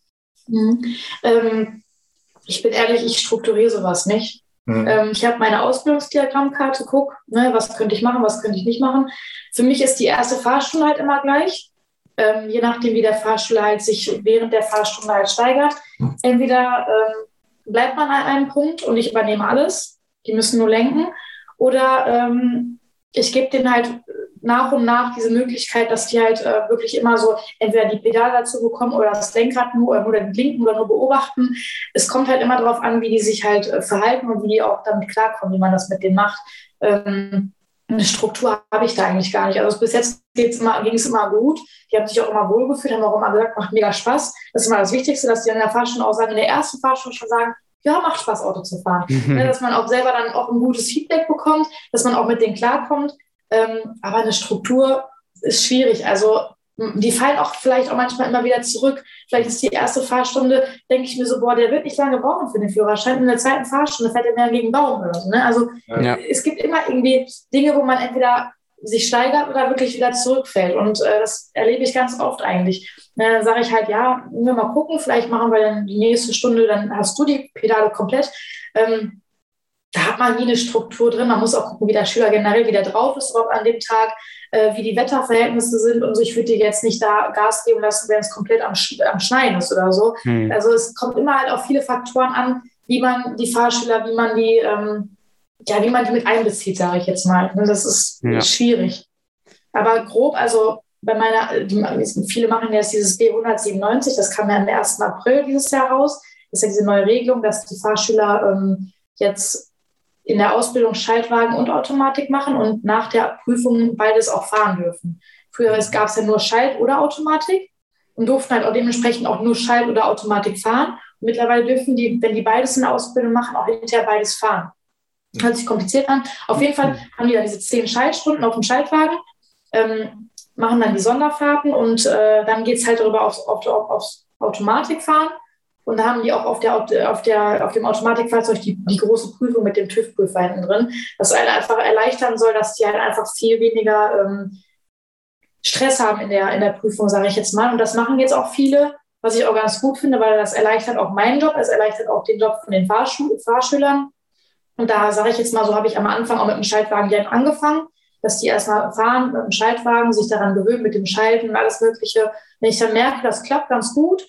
Ich bin ehrlich, ich strukturiere sowas nicht. Ich habe meine Ausbildungsdiagrammkarte, guck, ne, was könnte ich machen, was könnte ich nicht machen. Für mich ist die erste Fahrstunde halt immer gleich. Je nachdem, wie der Fahrschüler halt sich während der Fahrstunde halt steigert. Entweder bleibt man an einem Punkt und ich übernehme alles, die müssen nur lenken, oder ich gebe denen halt nach und nach diese Möglichkeit, dass die halt wirklich immer so entweder die Pedale dazu bekommen oder das Lenkrad nur oder den Blinken oder nur beobachten. Es kommt halt immer darauf an, wie die sich halt verhalten und wie die auch damit klarkommen, wie man das mit denen macht. Eine Struktur habe ich da eigentlich gar nicht. Also bis jetzt ging es immer gut. Die haben sich auch immer wohlgefühlt, haben auch immer gesagt, macht mega Spaß. Das ist immer das Wichtigste, dass die in der Fahrstunde auch sagen, in der ersten Fahrstunde schon sagen, ja, macht Spaß, Auto zu fahren. Dass man auch selber dann auch ein gutes Feedback bekommt, dass man auch mit denen klarkommt. Aber eine Struktur ist schwierig. Also die fallen auch vielleicht auch manchmal immer wieder zurück. Vielleicht ist die erste Fahrstunde, denke ich mir so, boah, der wird nicht lange brauchen für den Führerschein. In der zweiten Fahrstunde fährt er mehr gegen den Baum oder so. Ne? Also es gibt immer irgendwie Dinge, wo man entweder sich steigert oder wirklich wieder zurückfällt. Und das erlebe ich ganz oft eigentlich. Dann sage ich halt, ja, wir mal gucken, vielleicht machen wir dann die nächste Stunde, dann hast du die Pedale komplett. Da hat man nie eine Struktur drin. Man muss auch gucken, wie der Schüler generell wieder drauf ist an dem Tag, wie die Wetterverhältnisse sind und so. Ich würde dir jetzt nicht da Gas geben lassen, wenn es komplett am Schneien ist oder so. Also es kommt immer halt auf viele Faktoren an, wie man die Fahrschüler, wie man die mit einbezieht, sage ich jetzt mal. Das ist schwierig. Aber grob, also viele machen jetzt dieses B197, das kam ja am 1. April dieses Jahr raus. Das ist ja diese neue Regelung, dass die Fahrschüler jetzt in der Ausbildung Schaltwagen und Automatik machen und nach der Prüfung beides auch fahren dürfen. Früher gab es ja nur Schalt- oder Automatik und durften halt auch dementsprechend auch nur Schalt- oder Automatik fahren. Und mittlerweile dürfen die, wenn die beides in der Ausbildung machen, auch hinterher beides fahren. Hört sich kompliziert an. Auf jeden Fall haben die dann diese 10 Schaltstunden auf dem Schaltwagen, machen dann die Sonderfahrten und dann geht es halt darüber aufs Automatikfahren. Und da haben die auch auf dem Automatikfahrzeug die große Prüfung mit dem TÜV-Prüfer hinten drin, das halt einfach erleichtern soll, dass die halt einfach viel weniger Stress haben in der Prüfung, sage ich jetzt mal. Und das machen jetzt auch viele, was ich auch ganz gut finde, weil das erleichtert auch meinen Job, es erleichtert auch den Job von den Fahrschülern. Und da sage ich jetzt mal, so habe ich am Anfang auch mit dem Schaltwagen direkt angefangen, dass die erstmal fahren mit dem Schaltwagen, sich daran gewöhnen mit dem Schalten und alles Mögliche. Wenn ich dann merke, das klappt ganz gut,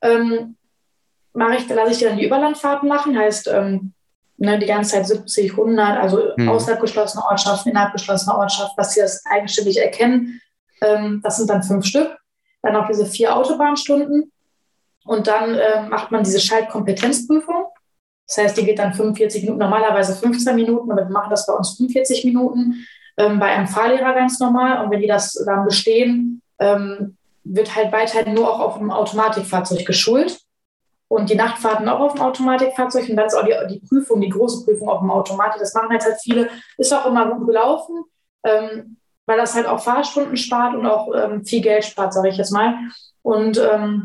lasse ich die dann die Überlandfahrten machen, heißt die ganze Zeit 70, 100, also außerhalb geschlossener Ortschaften, innerhalb geschlossener Ortschaften, dass sie das eigenständig erkennen. Das sind dann 5 Stück. Dann noch diese 4 Autobahnstunden. Und dann macht man diese Schaltkompetenzprüfung. Das heißt, die geht dann 45 Minuten, normalerweise 15 Minuten, aber wir machen das bei uns 45 Minuten, bei einem Fahrlehrer ganz normal. Und wenn die das dann bestehen, wird halt weiterhin nur auch auf dem Automatikfahrzeug geschult. Und die Nachtfahrten auch auf dem Automatikfahrzeug. Und dann ist auch die Prüfung, die große Prüfung auf dem Automatik. Das machen halt viele. Ist auch immer gut gelaufen, weil das halt auch Fahrstunden spart und auch viel Geld spart, sage ich jetzt mal. Und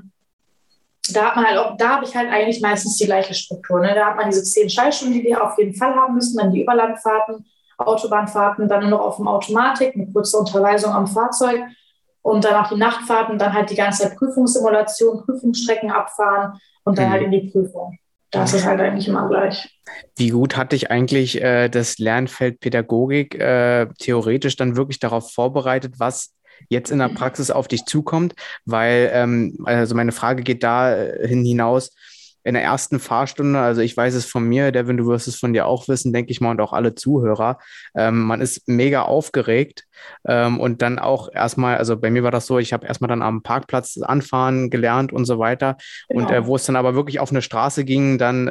da habe ich halt eigentlich meistens die gleiche Struktur. Ne? Da hat man diese 10 Schaltstunden, die wir auf jeden Fall haben müssen, dann die Überlandfahrten, Autobahnfahrten, dann nur noch auf dem Automatik, eine kurze Unterweisung am Fahrzeug und dann auch die Nachtfahrten, dann halt die ganze Zeit Prüfungssimulation, Prüfungsstrecken abfahren und dann halt in die Prüfung. Das ist halt eigentlich immer gleich. Wie gut hat dich eigentlich das Lernfeld Pädagogik theoretisch dann wirklich darauf vorbereitet, was jetzt in der Praxis auf dich zukommt? Weil, also meine Frage geht dahin hinaus, in der ersten Fahrstunde, also ich weiß es von mir, Devin, du wirst es von dir auch wissen, denke ich mal, und auch alle Zuhörer, man ist mega aufgeregt und dann auch erstmal, also bei mir war das so, ich habe erstmal dann am Parkplatz anfahren gelernt und so weiter. Genau. Und wo es dann aber wirklich auf eine Straße ging, dann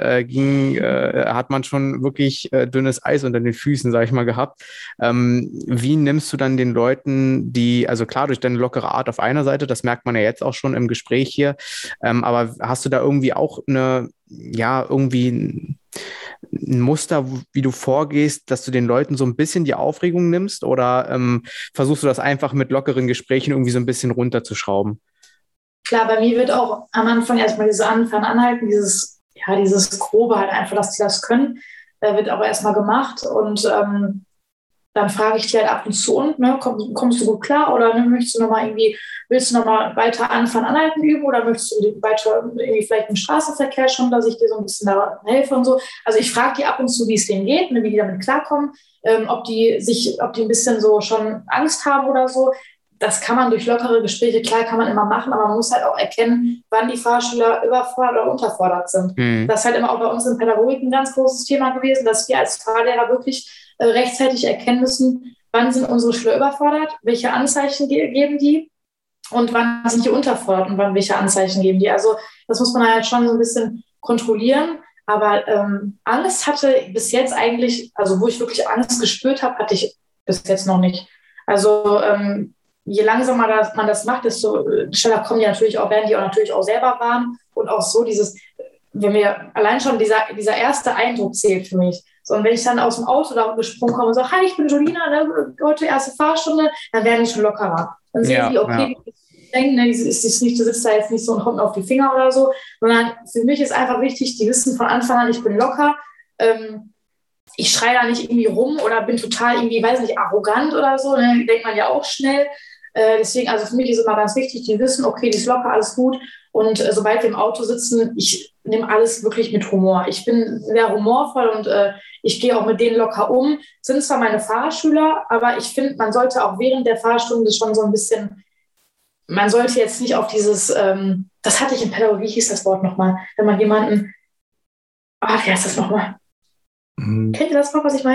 hat man schon wirklich dünnes Eis unter den Füßen, sage ich mal, gehabt. Wie nimmst du dann den Leuten, also klar, durch deine lockere Art auf einer Seite, das merkt man ja jetzt auch schon im Gespräch hier, aber hast du da irgendwie auch irgendwie ein Muster, wie du vorgehst, dass du den Leuten so ein bisschen die Aufregung nimmst oder versuchst du das einfach mit lockeren Gesprächen irgendwie so ein bisschen runterzuschrauben? Klar, bei mir wird auch am Anfang erstmal dieses Anhalten, dieses Grobe halt einfach, dass die das können, wird aber erstmal gemacht und dann frage ich die halt ab und zu, kommst du gut klar oder willst du nochmal weiter anfahren, anhalten üben oder möchtest du weiter irgendwie vielleicht im Straßenverkehr schon, dass ich dir so ein bisschen da helfe und so. Also ich frage die ab und zu, wie es denen geht, wie die damit klarkommen, ob die ein bisschen so schon Angst haben oder so. Das kann man durch lockere Gespräche, klar kann man immer machen, aber man muss halt auch erkennen, wann die Fahrschüler überfordert oder unterfordert sind. Das ist halt immer auch bei uns in Pädagogik ein ganz großes Thema gewesen, dass wir als Fahrlehrer wirklich rechtzeitig erkennen müssen, wann sind unsere Schüler überfordert, welche Anzeichen geben die und wann sind die unterfordert und welche Anzeichen geben die. Also das muss man halt schon so ein bisschen kontrollieren. Aber Angst hatte bis jetzt eigentlich, also wo ich wirklich Angst gespürt habe, hatte ich bis jetzt noch nicht. Also je langsamer man das macht, desto schneller werden die auch natürlich auch selber warm und auch so wenn wir allein schon dieser erste Eindruck zählt für mich. So, und wenn ich dann aus dem Auto da gesprungen komme und sage, hi, ich bin Jolina, heute erste Fahrstunde, dann werden die schon lockerer. Dann sehen die, okay, du sitzt da jetzt nicht so und haut mir auf die Finger oder so, sondern für mich ist einfach wichtig, die wissen von Anfang an, ich bin locker, ich schreie da nicht irgendwie rum oder bin total irgendwie, weiß nicht, arrogant oder so, ne? Denkt man ja auch schnell. Deswegen, also für mich ist immer ganz wichtig, die wissen, okay, die ist locker, alles gut. Und sobald wir im Auto sitzen, ich nehme alles wirklich mit Humor. Ich bin sehr humorvoll und ich gehe auch mit denen locker um. Sind zwar meine Fahrschüler, aber ich finde, man sollte auch während der Fahrstunde schon so ein bisschen, man sollte jetzt nicht auf dieses, das hatte ich in Pädagogik, wie hieß das Wort nochmal, wenn man jemanden, wie heißt das nochmal? Kennt ihr das noch, was ich meine?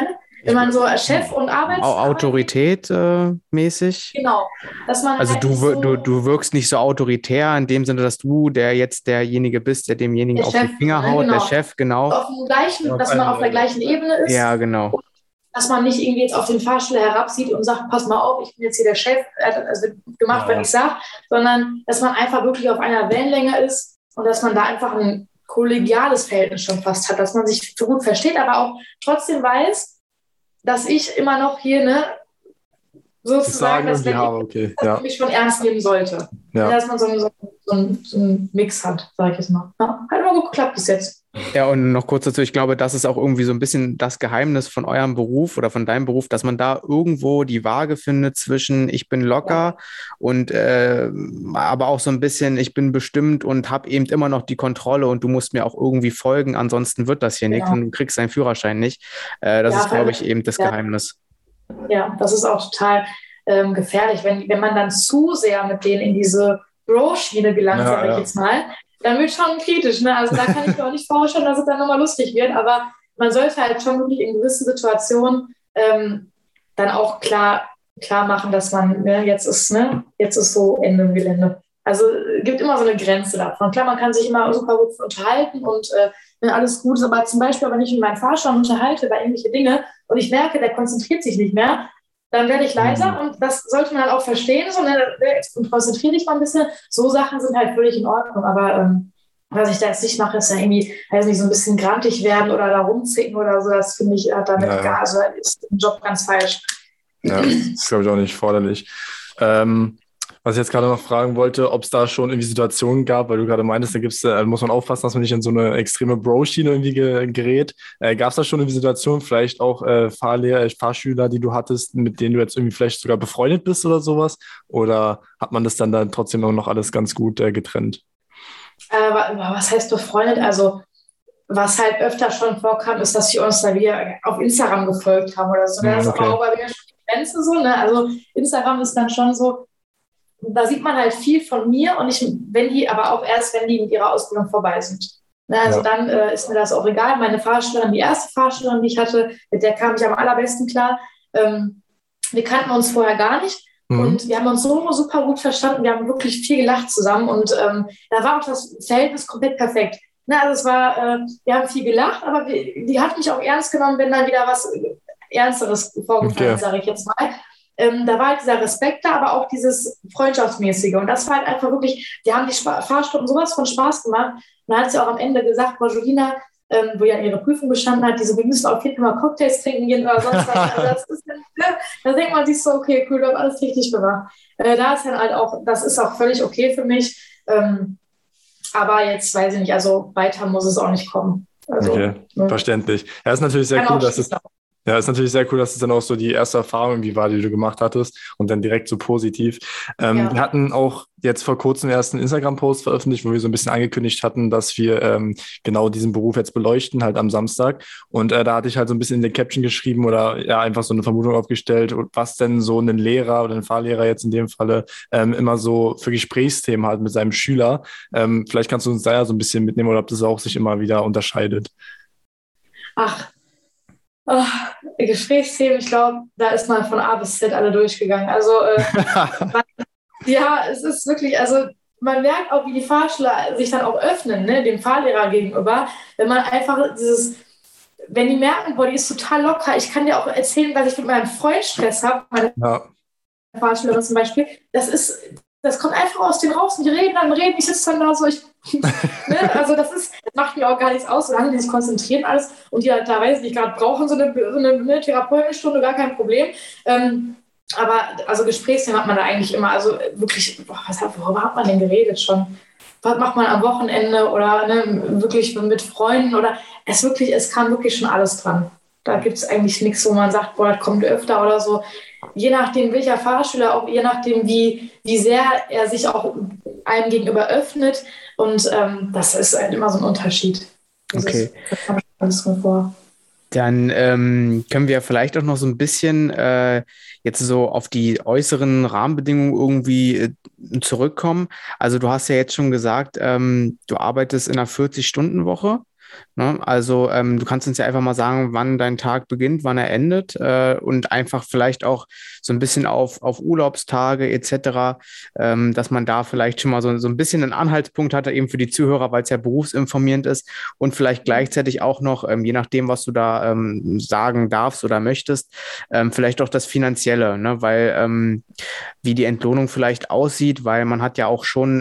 wenn man so als Chef und Autorität mäßig. Genau, dass man Also halt du wirkst nicht so autoritär in dem Sinne, dass du jetzt derjenige bist, der demjenigen auf die Finger haut, genau. der Chef, genau. Dass man auf der gleichen Ebene ist. Ja, genau. Dass man nicht irgendwie jetzt auf den Fahrstuhl herabsieht und sagt, pass mal auf, ich bin jetzt hier der Chef, also gemacht, was ich sage, sondern dass man einfach wirklich auf einer Wellenlänge ist und dass man da einfach ein kollegiales Verhältnis schon fast hat, dass man sich so gut versteht, aber auch trotzdem weiß, dass ich immer noch hier, sozusagen, dass ich mich schon ernst nehmen sollte. Ja. Dass man so einen Mix hat, sage ich jetzt mal. Ja, hat immer gut geklappt bis jetzt. Ja, und noch kurz dazu, ich glaube, das ist auch irgendwie so ein bisschen das Geheimnis von eurem Beruf oder von deinem Beruf, dass man da irgendwo die Waage findet zwischen ich bin locker und aber auch so ein bisschen ich bin bestimmt und habe eben immer noch die Kontrolle und du musst mir auch irgendwie folgen, ansonsten wird das hier nichts und du kriegst deinen Führerschein nicht. Das ist, glaube ich, eben das Geheimnis. Ja, das ist auch total gefährlich, wenn man dann zu sehr mit denen in diese Bro-Schiene gelangt, sage ich jetzt mal. Dann wird schon kritisch, ne? Also da kann ich mir auch nicht vorstellen, dass es dann nochmal lustig wird, aber man sollte halt schon wirklich in gewissen Situationen dann auch klar machen, dass man, jetzt ist so Ende im Gelände. Also gibt immer so eine Grenze davon. Klar, man kann sich immer super gut unterhalten und alles gut ist, aber zum Beispiel, wenn ich mit meinem Fahrschein unterhalte über irgendwelche Dinge und ich merke, der konzentriert sich nicht mehr, dann werde ich leiser und das sollte man halt auch verstehen, und konzentriere dich mal ein bisschen. So Sachen sind halt völlig in Ordnung, aber was ich da jetzt nicht mache, ist ja irgendwie, weiß nicht, so ein bisschen grantig werden oder da rumzicken oder so, das finde ich damit also ist im Job ganz falsch. Ja, das ist, glaube ich, auch nicht förderlich. Was ich jetzt gerade noch fragen wollte, ob es da schon irgendwie Situationen gab, weil du gerade meintest, da muss man aufpassen, dass man nicht in so eine extreme Bro-Schiene irgendwie gerät. Gab es da schon irgendwie Situationen, vielleicht auch Fahrschüler, die du hattest, mit denen du jetzt irgendwie vielleicht sogar befreundet bist oder sowas? Oder hat man das dann trotzdem noch alles ganz gut getrennt? Was heißt befreundet? Also was halt öfter schon vorkam, ist, dass wir uns da wieder auf Instagram gefolgt haben oder so. Das ist aber auch wieder schon die Grenze so, ne? Also Instagram ist dann schon so, da sieht man halt viel von mir und wenn die mit ihrer Ausbildung vorbei sind. Ne, also dann ist mir das auch egal. Meine Fahrschülerin, die erste Fahrschülerin, die ich hatte, mit der kam ich am allerbesten klar. Wir kannten uns vorher gar nicht und wir haben uns so super gut verstanden. Wir haben wirklich viel gelacht zusammen und da war auch das Verhältnis komplett perfekt. Ne, also wir haben viel gelacht, aber die hat mich auch ernst genommen, wenn dann wieder was Ernsteres vorgefallen ist, sage ich jetzt mal. Da war halt dieser Respekt da, aber auch dieses Freundschaftsmäßige. Und das war halt einfach wirklich, die haben die Fahrstunden sowas von Spaß gemacht. Und dann hat sie auch am Ende gesagt, Frau Julina, wo ja ihre Prüfung bestanden hat, wir müssen auf jeden Fall mal Cocktails trinken gehen oder sonst was. Also das ist, da denkt man sich so, okay, cool, du hast alles richtig gemacht. Da ist dann halt auch, das ist auch völlig okay für mich. Aber jetzt weiß ich nicht, also weiter muss es auch nicht kommen. Also, okay, verständlich. Ja, ist natürlich sehr cool, dass es... Ja, ist natürlich sehr cool, dass es dann auch so die erste Erfahrung irgendwie war, die du gemacht hattest und dann direkt so positiv. Wir hatten auch jetzt vor kurzem erst einen Instagram-Post veröffentlicht, wo wir so ein bisschen angekündigt hatten, dass wir genau diesen Beruf jetzt beleuchten, halt am Samstag. Und da hatte ich halt so ein bisschen in der Caption geschrieben oder einfach so eine Vermutung aufgestellt, was denn so ein Lehrer oder ein Fahrlehrer jetzt in dem Falle immer so für Gesprächsthemen hat mit seinem Schüler. Vielleicht kannst du uns da ja so ein bisschen mitnehmen oder ob das auch sich immer wieder unterscheidet. Gesprächsthemen, ich glaube, da ist man von A bis Z alle durchgegangen. Also, es ist wirklich, also man merkt auch, wie die Fahrschüler sich dann auch öffnen, ne, dem Fahrlehrer gegenüber, wenn man einfach wenn die merken, boah, die ist total locker, ich kann dir auch erzählen, dass ich mit meinem Freund Stress habe, meine Fahrschülerin zum Beispiel, das kommt einfach aus denen raus und die reden, ich sitze dann da so, ne? Also das macht mir auch gar nichts aus, solange die sich konzentrieren alles und die halt da, weiß ich nicht, gerade brauchen so eine Therapeutenstunde, gar kein Problem. Aber also Gesprächsthemen hat man da eigentlich immer, also wirklich, worüber hat man denn geredet schon? Was macht man am Wochenende oder wirklich mit Freunden oder es kam wirklich schon alles dran. Da gibt es eigentlich nichts, wo man sagt, boah, das kommt öfter oder so. Je nachdem, welcher Fahrschüler, auch je nachdem, wie sehr er sich auch einem gegenüber öffnet. Und das ist halt immer so ein Unterschied. Okay. Das kommt alles drin vor. Dann können wir vielleicht auch noch so ein bisschen jetzt so auf die äußeren Rahmenbedingungen irgendwie zurückkommen. Also du hast ja jetzt schon gesagt, du arbeitest in einer 40-Stunden-Woche. Ne? Also du kannst uns ja einfach mal sagen, wann dein Tag beginnt, wann er endet und einfach vielleicht auch so ein bisschen auf Urlaubstage etc., dass man da vielleicht schon mal so ein bisschen einen Anhaltspunkt hatte, eben für die Zuhörer, weil es ja berufsinformierend ist und vielleicht gleichzeitig auch noch, je nachdem, was du da sagen darfst oder möchtest, vielleicht auch das Finanzielle, ne? Weil wie die Entlohnung vielleicht aussieht, weil man hat ja auch schon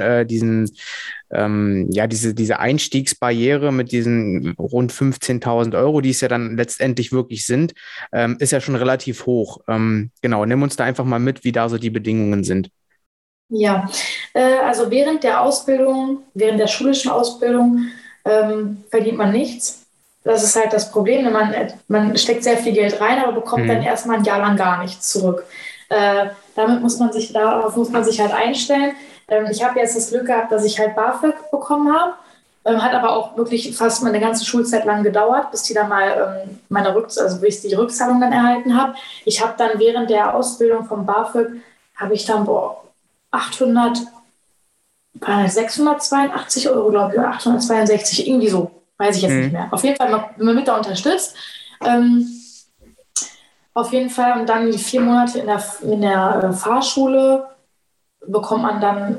diese Einstiegsbarriere mit diesen rund 15.000 Euro, die es ja dann letztendlich wirklich sind, ist ja schon relativ hoch. Genau, nimm uns da einfach mal mit, wie da so die Bedingungen sind. Ja, also während der schulischen Ausbildung verdient man nichts. Das ist halt das Problem. Man steckt sehr viel Geld rein, aber bekommt dann erstmal ein Jahr lang gar nichts zurück. Darauf muss man sich halt einstellen. Ich habe jetzt das Glück gehabt, dass ich halt BAföG bekommen habe. Hat aber auch wirklich fast meine ganze Schulzeit lang gedauert, bis die dann mal bis ich die Rückzahlung dann erhalten habe. Ich habe dann während der Ausbildung vom BAföG, habe ich dann 682 Euro, glaube ich, oder 862, irgendwie so, weiß ich jetzt nicht mehr. Auf jeden Fall, wenn man mit da unterstützt. Auf jeden Fall, und dann die 4 Monate in der Fahrschule bekommt man dann,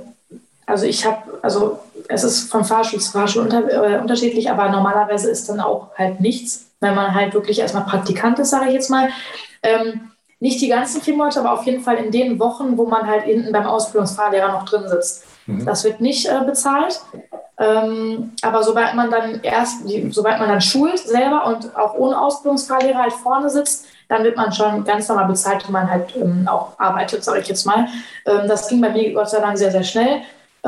es ist von Fahrschule zu Fahrschule unterschiedlich, aber normalerweise ist dann auch halt nichts, wenn man halt wirklich erstmal Praktikant ist, sage ich jetzt mal. Nicht die ganzen 4 Monate, aber auf jeden Fall in den Wochen, wo man halt hinten beim Ausbildungsfahrlehrer noch drin sitzt. Das wird nicht bezahlt. Aber sobald man dann schult selber und auch ohne Ausbildungsfahrlehrer halt vorne sitzt, dann wird man schon ganz normal bezahlt, wenn man halt auch arbeitet, sage ich jetzt mal. Das ging bei mir Gott sei Dank sehr, sehr schnell.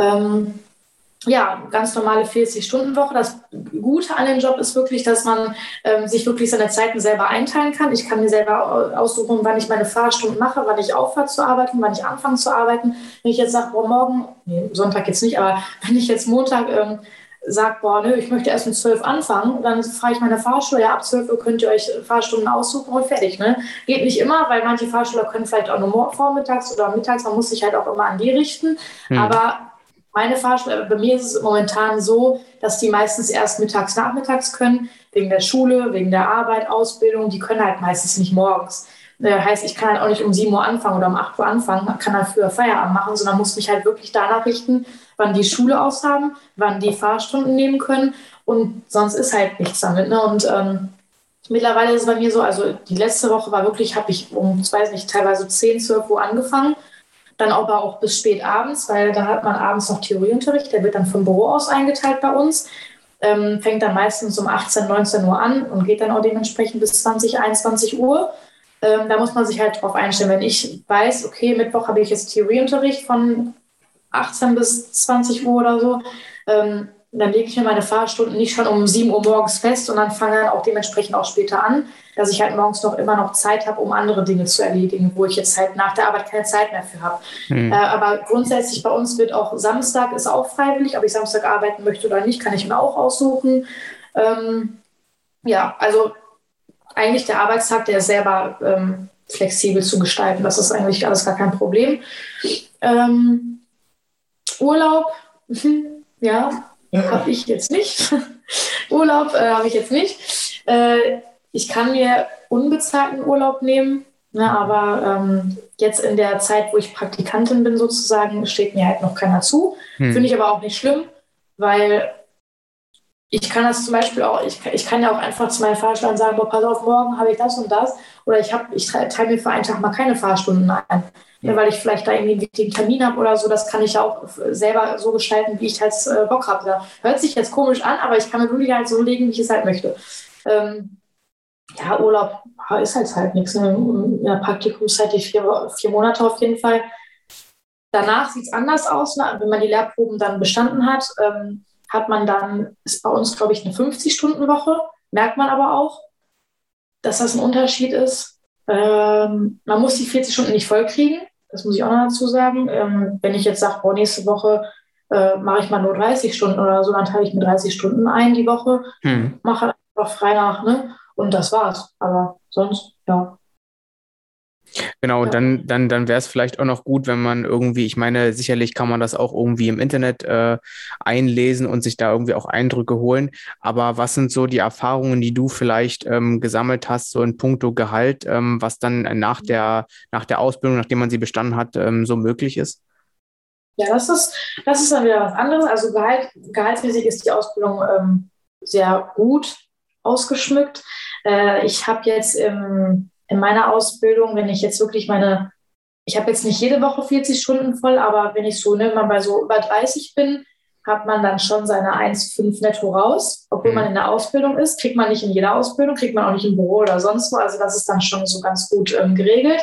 Ganz normale 40-Stunden-Woche. Das Gute an dem Job ist wirklich, dass man sich wirklich seine Zeiten selber einteilen kann. Ich kann mir selber aussuchen, wann ich meine Fahrstunden mache, wann ich aufhöre zu arbeiten, wann ich anfange zu arbeiten. Wenn ich jetzt sage, Sonntag jetzt nicht, aber wenn ich jetzt Montag sage, ich möchte erst um 12 anfangen, dann frage ich meine Fahrschule, ja, ab 12 Uhr könnt ihr euch Fahrstunden aussuchen und fertig. Ne? Geht nicht immer, weil manche Fahrschüler können vielleicht auch nur vormittags oder mittags, man muss sich halt auch immer an die richten, aber meine Fahrschule, bei mir ist es momentan so, dass die meistens erst nachmittags können, wegen der Schule, wegen der Arbeit, Ausbildung, die können halt meistens nicht morgens. Heißt, ich kann halt auch nicht um 7 Uhr anfangen oder um 8 Uhr anfangen, kann dann früher Feierabend machen, sondern muss mich halt wirklich danach richten, wann die Schule aushaben, wann die Fahrstunden nehmen können und sonst ist halt nichts damit. Ne? Und mittlerweile ist es bei mir so, also die letzte Woche war wirklich, habe ich teilweise 10, 12 Uhr angefangen, dann aber auch bis spät abends, weil da hat man abends noch Theorieunterricht, der wird dann vom Büro aus eingeteilt bei uns, fängt dann meistens um 18, 19 Uhr an und geht dann auch dementsprechend bis 20, 21 Uhr. Da muss man sich halt drauf einstellen. Wenn ich weiß, okay, Mittwoch habe ich jetzt Theorieunterricht von 18 bis 20 Uhr oder so, dann lege ich mir meine Fahrstunden nicht schon um 7 Uhr morgens fest und dann fange dann auch dementsprechend auch später an, dass ich halt morgens immer noch Zeit habe, um andere Dinge zu erledigen, wo ich jetzt halt nach der Arbeit keine Zeit mehr für habe. Aber grundsätzlich bei uns wird auch Samstag ist auch freiwillig, ob ich Samstag arbeiten möchte oder nicht, kann ich mir auch aussuchen. Also eigentlich der Arbeitstag, der ist selber flexibel zu gestalten. Das ist eigentlich alles gar kein Problem. Urlaub, habe ich jetzt nicht. Urlaub habe ich jetzt nicht. Ich kann mir unbezahlten Urlaub nehmen, ne, aber jetzt in der Zeit, wo ich Praktikantin bin sozusagen, steht mir halt noch keiner zu. Finde ich aber auch nicht schlimm, weil ich kann das zum Beispiel auch, ich kann ja auch einfach zu meinen Fahrschülern sagen, pass auf, morgen habe ich das und das. Oder ich teile mir für einen Tag mal keine Fahrstunden ein. Ja, weil ich vielleicht da irgendwie einen wichtigen Termin habe oder so. Das kann ich ja auch selber so gestalten, wie ich halt Bock habe. Da hört sich jetzt komisch an, aber ich kann mir wirklich halt so legen, wie ich es halt möchte. Urlaub ist halt nichts. Ne? In der Praktikumszeit die 4 Monate auf jeden Fall. Danach sieht es anders aus. Ne? Wenn man die Lehrproben dann bestanden hat, ist bei uns, glaube ich, eine 50-Stunden-Woche. Merkt man aber auch, dass das ein Unterschied ist. Man muss die 40 Stunden nicht voll kriegen. Das muss ich auch noch dazu sagen. Wenn ich jetzt sage, nächste Woche mache ich mal nur 30 Stunden oder so, dann teile ich mir 30 Stunden ein die Woche, mache einfach frei nach, ne? Und das war's. Aber sonst, ja. Genau, und Ja. dann wäre es vielleicht auch noch gut, wenn man irgendwie, ich meine, sicherlich kann man das auch irgendwie im Internet einlesen und sich da irgendwie auch Eindrücke holen. Aber was sind so die Erfahrungen, die du vielleicht gesammelt hast, so in puncto Gehalt, was dann nach der Ausbildung, nachdem man sie bestanden hat, so möglich ist? Ja, das ist dann wieder was anderes. Also gehaltsmäßig ist die Ausbildung sehr gut ausgeschmückt. Ich habe jetzt in meiner Ausbildung, wenn ich jetzt wirklich ich habe jetzt nicht jede Woche 40 Stunden voll, aber wenn ich so, ne, mal bei so über 30 bin, hat man dann schon seine 1,5 netto raus. Obwohl man in der Ausbildung ist, kriegt man nicht in jeder Ausbildung, kriegt man auch nicht im Büro oder sonst wo. Also das ist dann schon so ganz gut geregelt.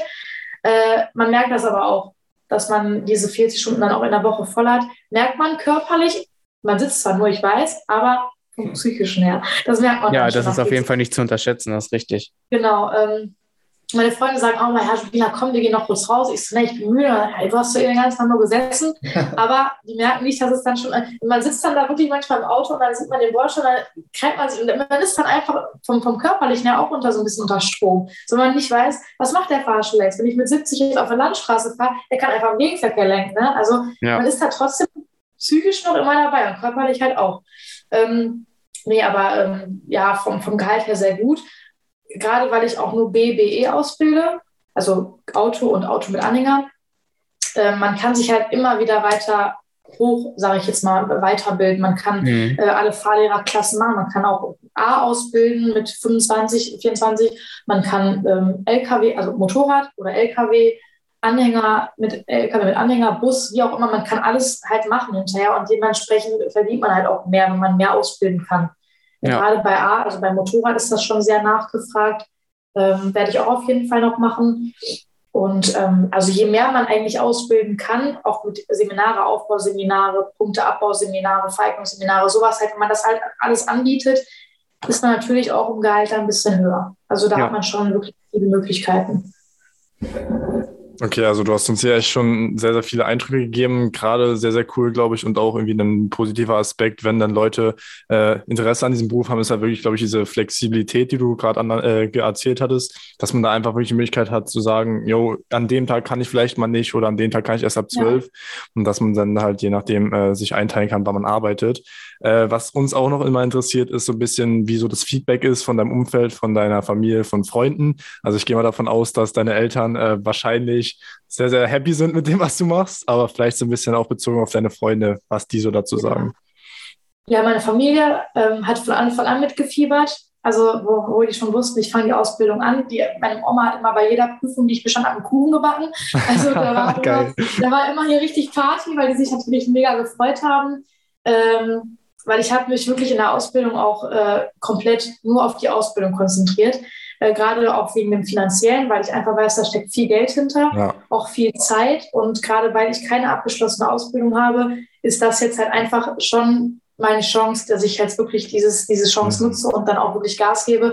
Man merkt das aber auch, dass man diese 40 Stunden dann auch in der Woche voll hat. Merkt man körperlich, man sitzt zwar nur, ich weiß, aber vom Psychischen her. Das merkt man Ja, dann schon das ist nach auf jeden 40. Fall nicht zu unterschätzen, das ist richtig. Genau. Meine Freunde sagen auch mal, Herr Julina, komm, wir gehen noch kurz raus. Ich so, ne, ich bin müde. Hey, du hast so den ganzen Tag nur gesessen. Aber die merken nicht, dass es dann schon, man sitzt dann da wirklich manchmal im Auto und dann sieht man den Bordstein, dann kreilt man sich und man ist dann einfach vom Körperlichen her auch so ein bisschen unter Strom. So man nicht weiß, was macht der Fahrstuhl jetzt? Wenn ich mit 70 jetzt auf der Landstraße fahre, der kann einfach im Gegenverkehr lenken. Ne? Also man ist da trotzdem psychisch noch immer dabei und körperlich halt auch. Nee, aber ja, vom Gehalt her sehr gut. Gerade weil ich auch nur BE ausbilde, also Auto und Auto mit Anhänger. Man kann sich halt immer wieder weiter hoch, sage ich jetzt mal, weiterbilden. Man kann alle Fahrlehrerklassen machen. Man kann auch A ausbilden mit 25, 24. Man kann LKW, also Motorrad oder LKW, Anhänger mit LKW mit Anhänger, Bus, wie auch immer. Man kann alles halt machen hinterher und dementsprechend verdient man halt auch mehr, wenn man mehr ausbilden kann. Ja. Gerade bei A, also beim Motorrad ist das schon sehr nachgefragt. Werde ich auch auf jeden Fall noch machen. Und also je mehr man eigentlich ausbilden kann, auch mit Seminare, Aufbauseminare, Punkteabbauseminare, Vereignungsseminare, sowas halt, wenn man das halt alles anbietet, ist man natürlich auch im Gehalt ein bisschen höher. Also da hat man schon wirklich viele Möglichkeiten. Okay, also du hast uns hier echt schon sehr, sehr viele Eindrücke gegeben, gerade sehr, sehr cool, glaube ich, und auch irgendwie ein positiver Aspekt, wenn dann Leute Interesse an diesem Beruf haben, ist ja wirklich, glaube ich, diese Flexibilität, die du gerade erzählt hattest, dass man da einfach wirklich die Möglichkeit hat zu sagen, jo, an dem Tag kann ich vielleicht mal nicht oder an dem Tag kann ich erst ab 12 und dass man dann halt je nachdem sich einteilen kann, wann man arbeitet. Was uns auch noch immer interessiert, ist so ein bisschen, wie so das Feedback ist von deinem Umfeld, von deiner Familie, von Freunden. Also ich gehe mal davon aus, dass deine Eltern wahrscheinlich sehr, sehr happy sind mit dem, was du machst, aber vielleicht so ein bisschen auch bezogen auf deine Freunde, was die so dazu sagen. Ja, meine Familie hat von Anfang an mitgefiebert. Also, wo die schon wussten, ich fange die Ausbildung an. Meine Oma hat immer bei jeder Prüfung, die ich bestand habe, einen Kuchen gebacken. Also, da war immer hier richtig Party, weil die sich natürlich mega gefreut haben. Weil ich habe mich wirklich in der Ausbildung auch komplett nur auf die Ausbildung konzentriert. Gerade auch wegen dem Finanziellen, weil ich einfach weiß, da steckt viel Geld hinter, auch viel Zeit. Und gerade weil ich keine abgeschlossene Ausbildung habe, ist das jetzt halt einfach schon meine Chance, dass ich jetzt wirklich diese Chance nutze und dann auch wirklich Gas gebe,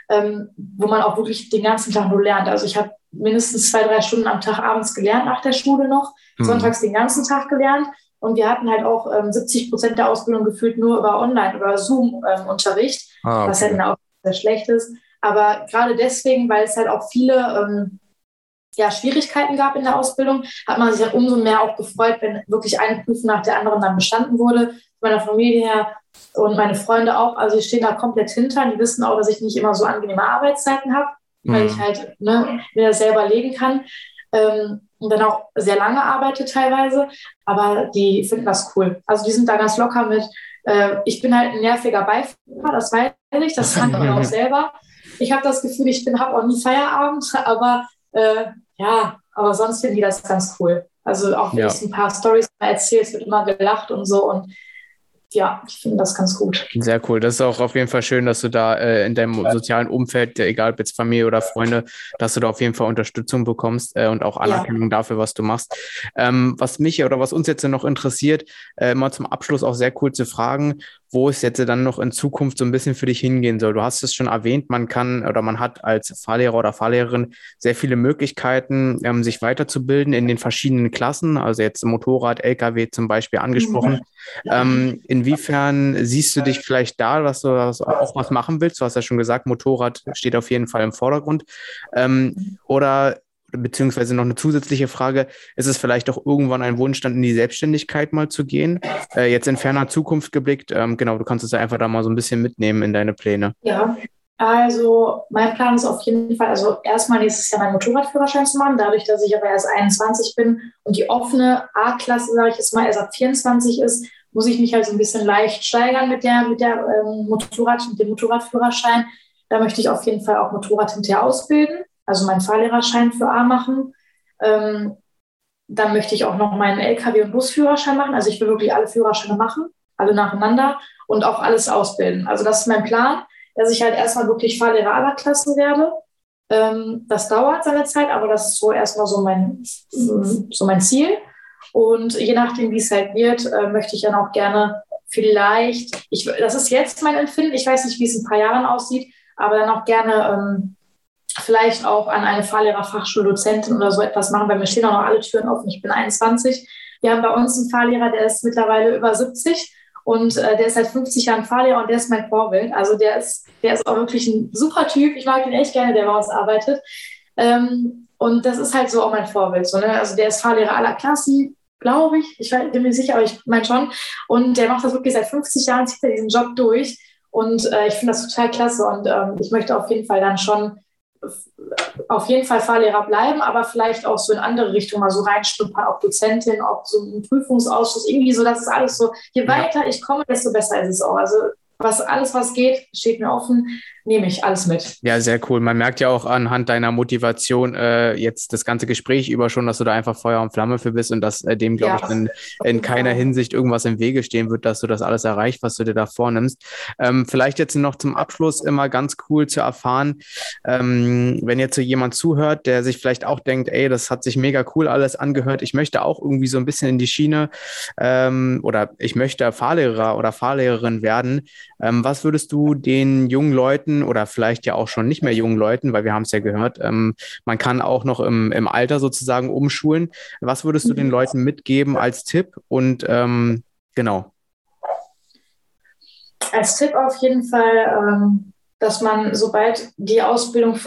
wo man auch wirklich den ganzen Tag nur lernt. Also ich habe mindestens 2-3 Stunden am Tag abends gelernt nach der Schule noch, sonntags den ganzen Tag gelernt. Und wir hatten halt auch 70% der Ausbildung gefühlt nur über Online, über Zoom-Unterricht, was halt in der Ausbildung sehr schlecht ist. Aber gerade deswegen, weil es halt auch viele Schwierigkeiten gab in der Ausbildung, hat man sich dann umso mehr auch gefreut, wenn wirklich eine Prüfung nach der anderen dann bestanden wurde. Von meiner Familie her und meine Freunde auch. Also die stehen da komplett hinter. Die wissen auch, dass ich nicht immer so angenehme Arbeitszeiten habe, weil ich halt mir das selber legen kann. Und dann auch sehr lange arbeite teilweise. Aber die finden das cool. Also die sind da ganz locker mit. Ich bin halt ein nerviger Beifahrer, das weiß ich. Das fand ich auch selber. Ich habe das Gefühl, ich habe auch nie Feierabend, aber aber sonst finden die das ganz cool. Also auch wenn ich ein paar Storys erzähle, es wird immer gelacht und so und ja, ich finde das ganz gut. Sehr cool. Das ist auch auf jeden Fall schön, dass du da in deinem sozialen Umfeld, egal ob jetzt Familie oder Freunde, dass du da auf jeden Fall Unterstützung bekommst und auch Anerkennung dafür, was du machst. Was mich oder was uns jetzt noch interessiert, mal zum Abschluss auch sehr cool zu fragen, wo es jetzt dann noch in Zukunft so ein bisschen für dich hingehen soll. Du hast es schon erwähnt, man kann oder man hat als Fahrlehrer oder Fahrlehrerin sehr viele Möglichkeiten, sich weiterzubilden in den verschiedenen Klassen, also jetzt Motorrad, LKW zum Beispiel angesprochen. Inwiefern siehst du dich vielleicht da, dass du auch was machen willst? Du hast ja schon gesagt, Motorrad steht auf jeden Fall im Vordergrund. Oder beziehungsweise noch eine zusätzliche Frage, ist es vielleicht auch irgendwann ein Wunsch, dann in die Selbstständigkeit mal zu gehen? Jetzt in ferner Zukunft geblickt, genau, du kannst es ja einfach da mal so ein bisschen mitnehmen in deine Pläne. Ja, also mein Plan ist auf jeden Fall, also erstmal nächstes Jahr meinen Motorradführerschein zu machen, dadurch, dass ich aber erst 21 bin und die offene A-Klasse, sage ich jetzt mal, erst ab 24 ist, muss ich mich halt so ein bisschen leicht steigern mit dem Motorradführerschein. Da möchte ich auf jeden Fall auch Motorrad hinterher ausbilden, also meinen Fahrlehrerschein für A machen. Dann möchte ich auch noch meinen LKW- und Busführerschein machen. Also ich will wirklich alle Führerscheine machen, alle nacheinander und auch alles ausbilden. Also das ist mein Plan, dass ich halt erstmal wirklich Fahrlehrer aller Klassen werde. Das dauert seine Zeit, aber das ist so erstmal so mein Ziel. Und je nachdem, wie es halt wird, möchte ich dann auch gerne vielleicht, das ist jetzt mein Empfinden, ich weiß nicht, wie es in ein paar Jahren aussieht, aber dann auch gerne vielleicht auch an eine Fahrlehrerfachschuldozentin oder so etwas machen, weil mir stehen auch noch alle Türen offen. Ich bin 21. Wir haben bei uns einen Fahrlehrer, der ist mittlerweile über 70 und der ist seit 50 Jahren Fahrlehrer und der ist mein Vorbild. Also der ist auch wirklich ein super Typ. Ich mag den echt gerne, der bei uns arbeitet. Und das ist halt so auch mein Vorbild. So, ne? Also der ist Fahrlehrer aller Klassen, glaube ich. Ich bin mir sicher, aber ich meine schon. Und der macht das wirklich seit 50 Jahren, zieht er diesen Job durch. Und ich finde das total klasse. Und ich möchte auf jeden Fall dann schon Fahrlehrer bleiben, aber vielleicht auch so in andere Richtungen mal so reinschnuppern, auch Dozentin, auch so ein Prüfungsausschuss, irgendwie so, das ist alles so, je weiter ich komme, desto besser ist es auch. Also was geht, steht mir offen, nehme ich alles mit. Ja, sehr cool. Man merkt ja auch anhand deiner Motivation jetzt das ganze Gespräch über schon, dass du da einfach Feuer und Flamme für bist und dass dem, glaube ich, in keiner Hinsicht irgendwas im Wege stehen wird, dass du das alles erreichst, was du dir da vornimmst. Vielleicht jetzt noch zum Abschluss immer ganz cool zu erfahren, wenn jetzt so jemand zuhört, der sich vielleicht auch denkt, ey, das hat sich mega cool alles angehört, ich möchte auch irgendwie so ein bisschen in die Schiene oder ich möchte Fahrlehrer oder Fahrlehrerin werden. Was würdest du den jungen Leuten oder vielleicht ja auch schon nicht mehr jungen Leuten, weil wir haben es ja gehört, man kann auch noch im Alter sozusagen umschulen. Was würdest du den Leuten mitgeben als Tipp? Und genau. Als Tipp auf jeden Fall, dass man, sobald die Ausbildung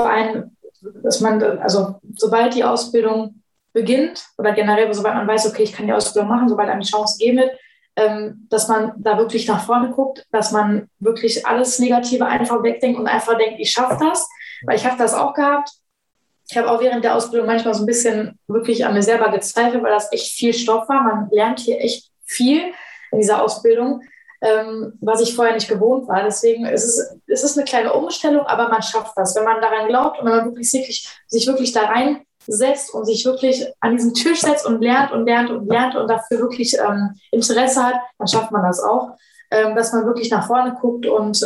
sobald die Ausbildung beginnt oder generell, sobald man weiß, okay, ich kann die Ausbildung machen, sobald einem die Chance gegeben wird, dass man da wirklich nach vorne guckt, dass man wirklich alles Negative einfach wegdenkt und einfach denkt, ich schaffe das, weil ich habe das auch gehabt. Ich habe auch während der Ausbildung manchmal so ein bisschen wirklich an mir selber gezweifelt, weil das echt viel Stoff war. Man lernt hier echt viel in dieser Ausbildung, was ich vorher nicht gewohnt war. Deswegen ist es eine kleine Umstellung, aber man schafft das. Wenn man daran glaubt und wenn man sich wirklich da reinsetzt und sich wirklich an diesen Tisch setzt und lernt und dafür wirklich Interesse hat, dann schafft man das auch. Dass man wirklich nach vorne guckt und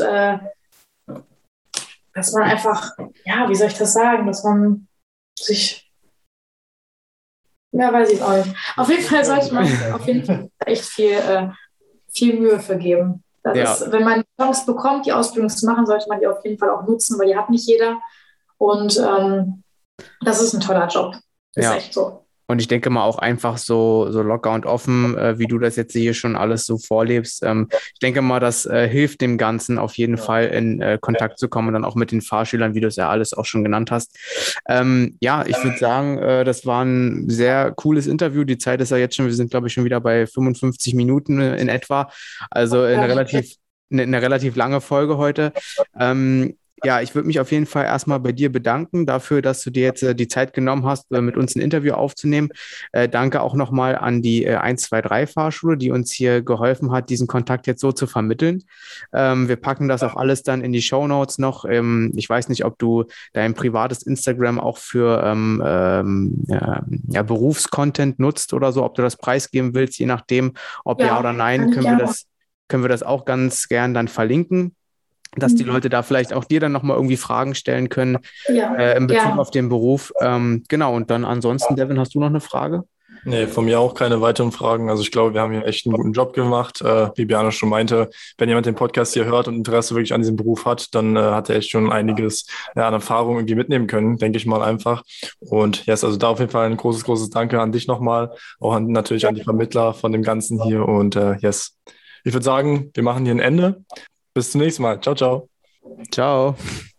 dass man einfach, ja, wie soll ich das sagen, dass man sich, ja, weiß ich auch nicht. Auf jeden Fall sollte man echt viel Mühe für geben. Wenn man die Chance bekommt, die Ausbildung zu machen, sollte man die auf jeden Fall auch nutzen, weil die hat nicht jeder. Und das ist ein toller Job. Ist echt so. Und ich denke mal auch einfach so locker und offen, wie du das jetzt hier schon alles so vorlebst. Ich denke mal, das hilft dem Ganzen auf jeden Fall in Kontakt zu kommen und dann auch mit den Fahrschülern, wie du es ja alles auch schon genannt hast. Ich würde sagen, das war ein sehr cooles Interview. Die Zeit ist ja jetzt schon, wir sind glaube ich schon wieder bei 55 Minuten in etwa. Also eine relativ lange Folge heute. Ich würde mich auf jeden Fall erstmal bei dir bedanken dafür, dass du dir jetzt die Zeit genommen hast, mit uns ein Interview aufzunehmen. Danke auch nochmal an die 123 Fahrschule, die uns hier geholfen hat, diesen Kontakt jetzt so zu vermitteln. Wir packen das auch alles dann in die Shownotes noch. Ich weiß nicht, ob du dein privates Instagram auch für Berufscontent nutzt oder so, ob du das preisgeben willst, je nachdem, ob ja oder nein, können wir das auch ganz gern dann verlinken, dass die Leute da vielleicht auch dir dann nochmal irgendwie Fragen stellen können in Bezug auf den Beruf. Genau, und dann ansonsten, Devin, hast du noch eine Frage? Nee, von mir auch keine weiteren Fragen. Also ich glaube, wir haben hier echt einen guten Job gemacht. Wie Biane schon meinte, wenn jemand den Podcast hier hört und Interesse wirklich an diesem Beruf hat, dann hat er echt schon einiges an Erfahrung irgendwie mitnehmen können, denke ich mal einfach. Und also da auf jeden Fall ein großes, großes Danke an dich nochmal, auch natürlich an die Vermittler von dem Ganzen hier. Und ich würde sagen, wir machen hier ein Ende. Bis zum nächsten Mal. Ciao, ciao. Ciao.